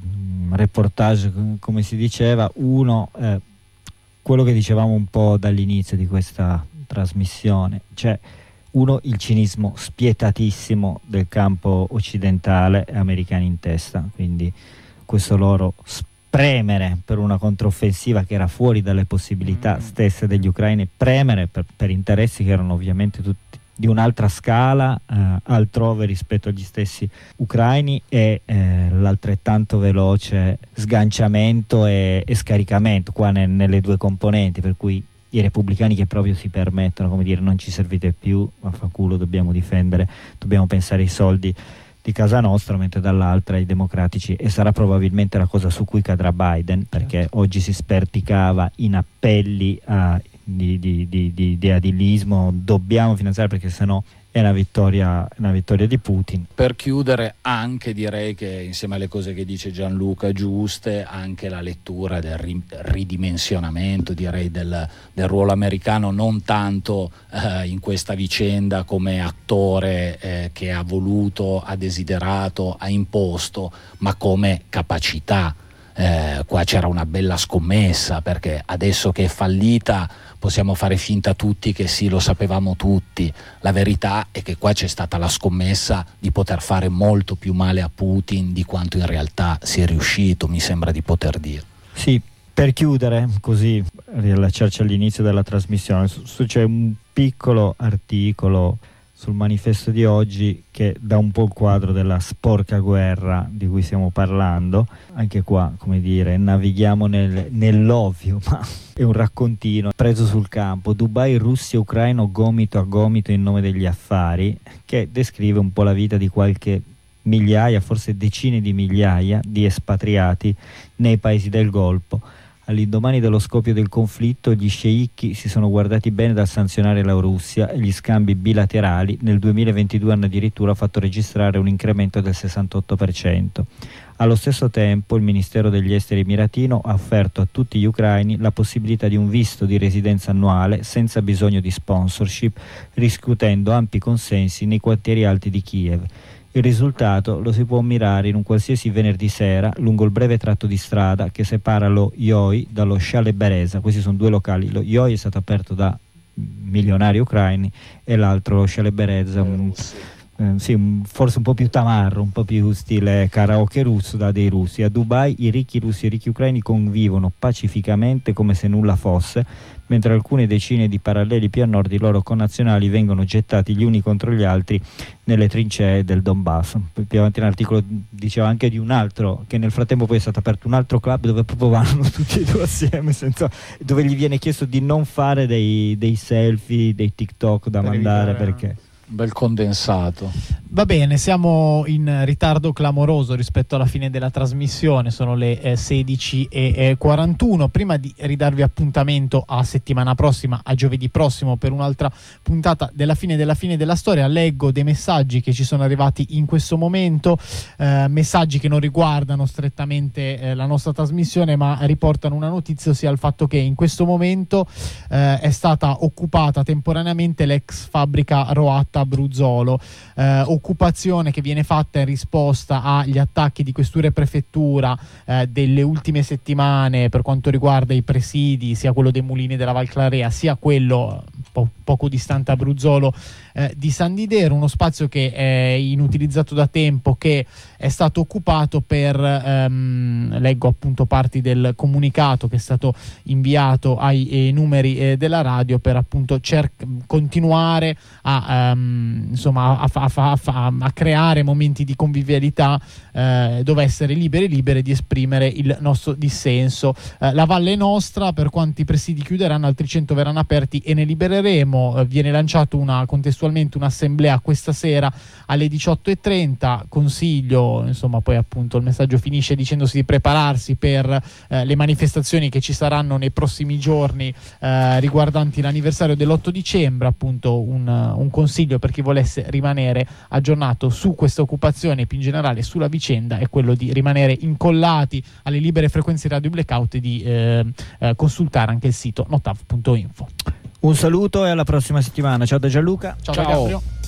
reportage, come si diceva, uno, eh, quello che dicevamo un po' dall'inizio di questa trasmissione, cioè uno, il cinismo spietatissimo del campo occidentale, americani in testa, quindi questo loro spietatissimo premere per una controffensiva che era fuori dalle possibilità stesse degli ucraini, premere per, per interessi che erano ovviamente tutti di un'altra scala, eh, altrove rispetto agli stessi ucraini, e eh, l'altrettanto veloce sganciamento e, e scaricamento qua ne, nelle due componenti, per cui i repubblicani che proprio si permettono, come dire, non ci servite più, vaffanculo, dobbiamo difendere, dobbiamo pensare ai soldi di casa nostra, mentre dall'altra i democratici, e sarà probabilmente la cosa su cui cadrà Biden, perché certo. oggi si sperticava in appelli a, di, di, di, di, di adilismo, dobbiamo finanziare perché sennò è una vittoria, una vittoria di Putin. Per chiudere, anche direi che insieme alle cose che dice Gianluca giuste, anche la lettura del ridimensionamento, direi, del, del ruolo americano, non tanto eh, in questa vicenda come attore eh, che ha voluto, ha desiderato, ha imposto, ma come capacità. Eh, qua c'era una bella scommessa, perché adesso che è fallita possiamo fare finta tutti che sì, lo sapevamo tutti. La verità è che qua c'è stata la scommessa di poter fare molto più male a Putin di quanto in realtà si è riuscito, mi sembra di poter dire. Sì, per chiudere, così riallacciarci all'inizio della trasmissione, su, su c'è un piccolo articolo sul manifesto di oggi che dà un po' il quadro della sporca guerra di cui stiamo parlando. Anche qua, come dire, navighiamo nel, nell'ovvio, ma è un raccontino preso sul campo. Dubai, Russia, Ucraina, gomito a gomito in nome degli affari, che descrive un po' la vita di qualche migliaia, forse decine di migliaia di espatriati nei paesi del Golfo. All'indomani dello scoppio del conflitto, gli sceicchi si sono guardati bene dal sanzionare la Russia, e gli scambi bilaterali nel duemilaventidue hanno addirittura fatto registrare un incremento del sessantotto per cento. Allo stesso tempo il Ministero degli Esteri emiratino ha offerto a tutti gli ucraini la possibilità di un visto di residenza annuale senza bisogno di sponsorship, riscuotendo ampi consensi nei quartieri alti di Kiev. Il risultato lo si può ammirare in un qualsiasi venerdì sera lungo il breve tratto di strada che separa lo Yoi dallo Shale Bereza. Questi sono due locali. Lo Yoi è stato aperto da milionari ucraini e l'altro, lo Shale Bereza, un, eh, sì, un, forse un po' più tamarro, un po' più stile karaoke russo, da dei russi. A Dubai i ricchi russi e i ricchi ucraini convivono pacificamente come se nulla fosse, mentre alcune decine di paralleli più a nord i loro connazionali vengono gettati gli uni contro gli altri nelle trincee del Donbass. Più avanti l'articolo diceva anche di un altro, che nel frattempo poi è stato aperto un altro club dove proprio vanno tutti e due assieme, senza, dove gli viene chiesto di non fare dei, dei selfie, dei TikTok da per mandare evitare... perché bel condensato. Va bene, siamo in ritardo clamoroso rispetto alla fine della trasmissione, sono le eh, sedici e quarantuno. Prima di ridarvi appuntamento a settimana prossima, a giovedì prossimo, per un'altra puntata della fine della fine della storia, leggo dei messaggi che ci sono arrivati in questo momento, eh, messaggi che non riguardano strettamente eh, la nostra trasmissione, ma riportano una notizia, ossia il fatto che in questo momento eh, è stata occupata temporaneamente l'ex fabbrica Roatta Bruzzolo, eh, occupazione che viene fatta in risposta agli attacchi di questura e prefettura eh, delle ultime settimane per quanto riguarda i presidi, sia quello dei mulini della Val Clarea sia quello po- poco distante a Bruzzolo eh, di San Didero, uno spazio che è inutilizzato da tempo, che è stato occupato per, ehm, leggo appunto parti del comunicato che è stato inviato ai, ai numeri eh, della radio, per appunto cer- continuare a, um, insomma, a, a, a, a, a creare momenti di convivialità, eh, dove essere liberi e libere di esprimere il nostro dissenso. Eh, la Valle è nostra, per quanti presidi chiuderanno, altri cento verranno aperti e ne libereremo. Eh, viene lanciato una, contestualmente un'assemblea questa sera alle diciotto e trenta. Consiglio, insomma, poi appunto il messaggio finisce dicendosi di prepararsi per eh, le manifestazioni che ci saranno nei prossimi giorni eh, riguardanti l'anniversario dell'otto dicembre. Appunto un, un consiglio per chi volesse rimanere aggiornato su questa occupazione e più in generale sulla vicenda è quello di rimanere incollati alle libere frequenze radio Blackout e di eh, eh, consultare anche il sito notav punto info. Un saluto e alla prossima settimana. Ciao da Gianluca. Ciao, Ciao. Da Gabriele.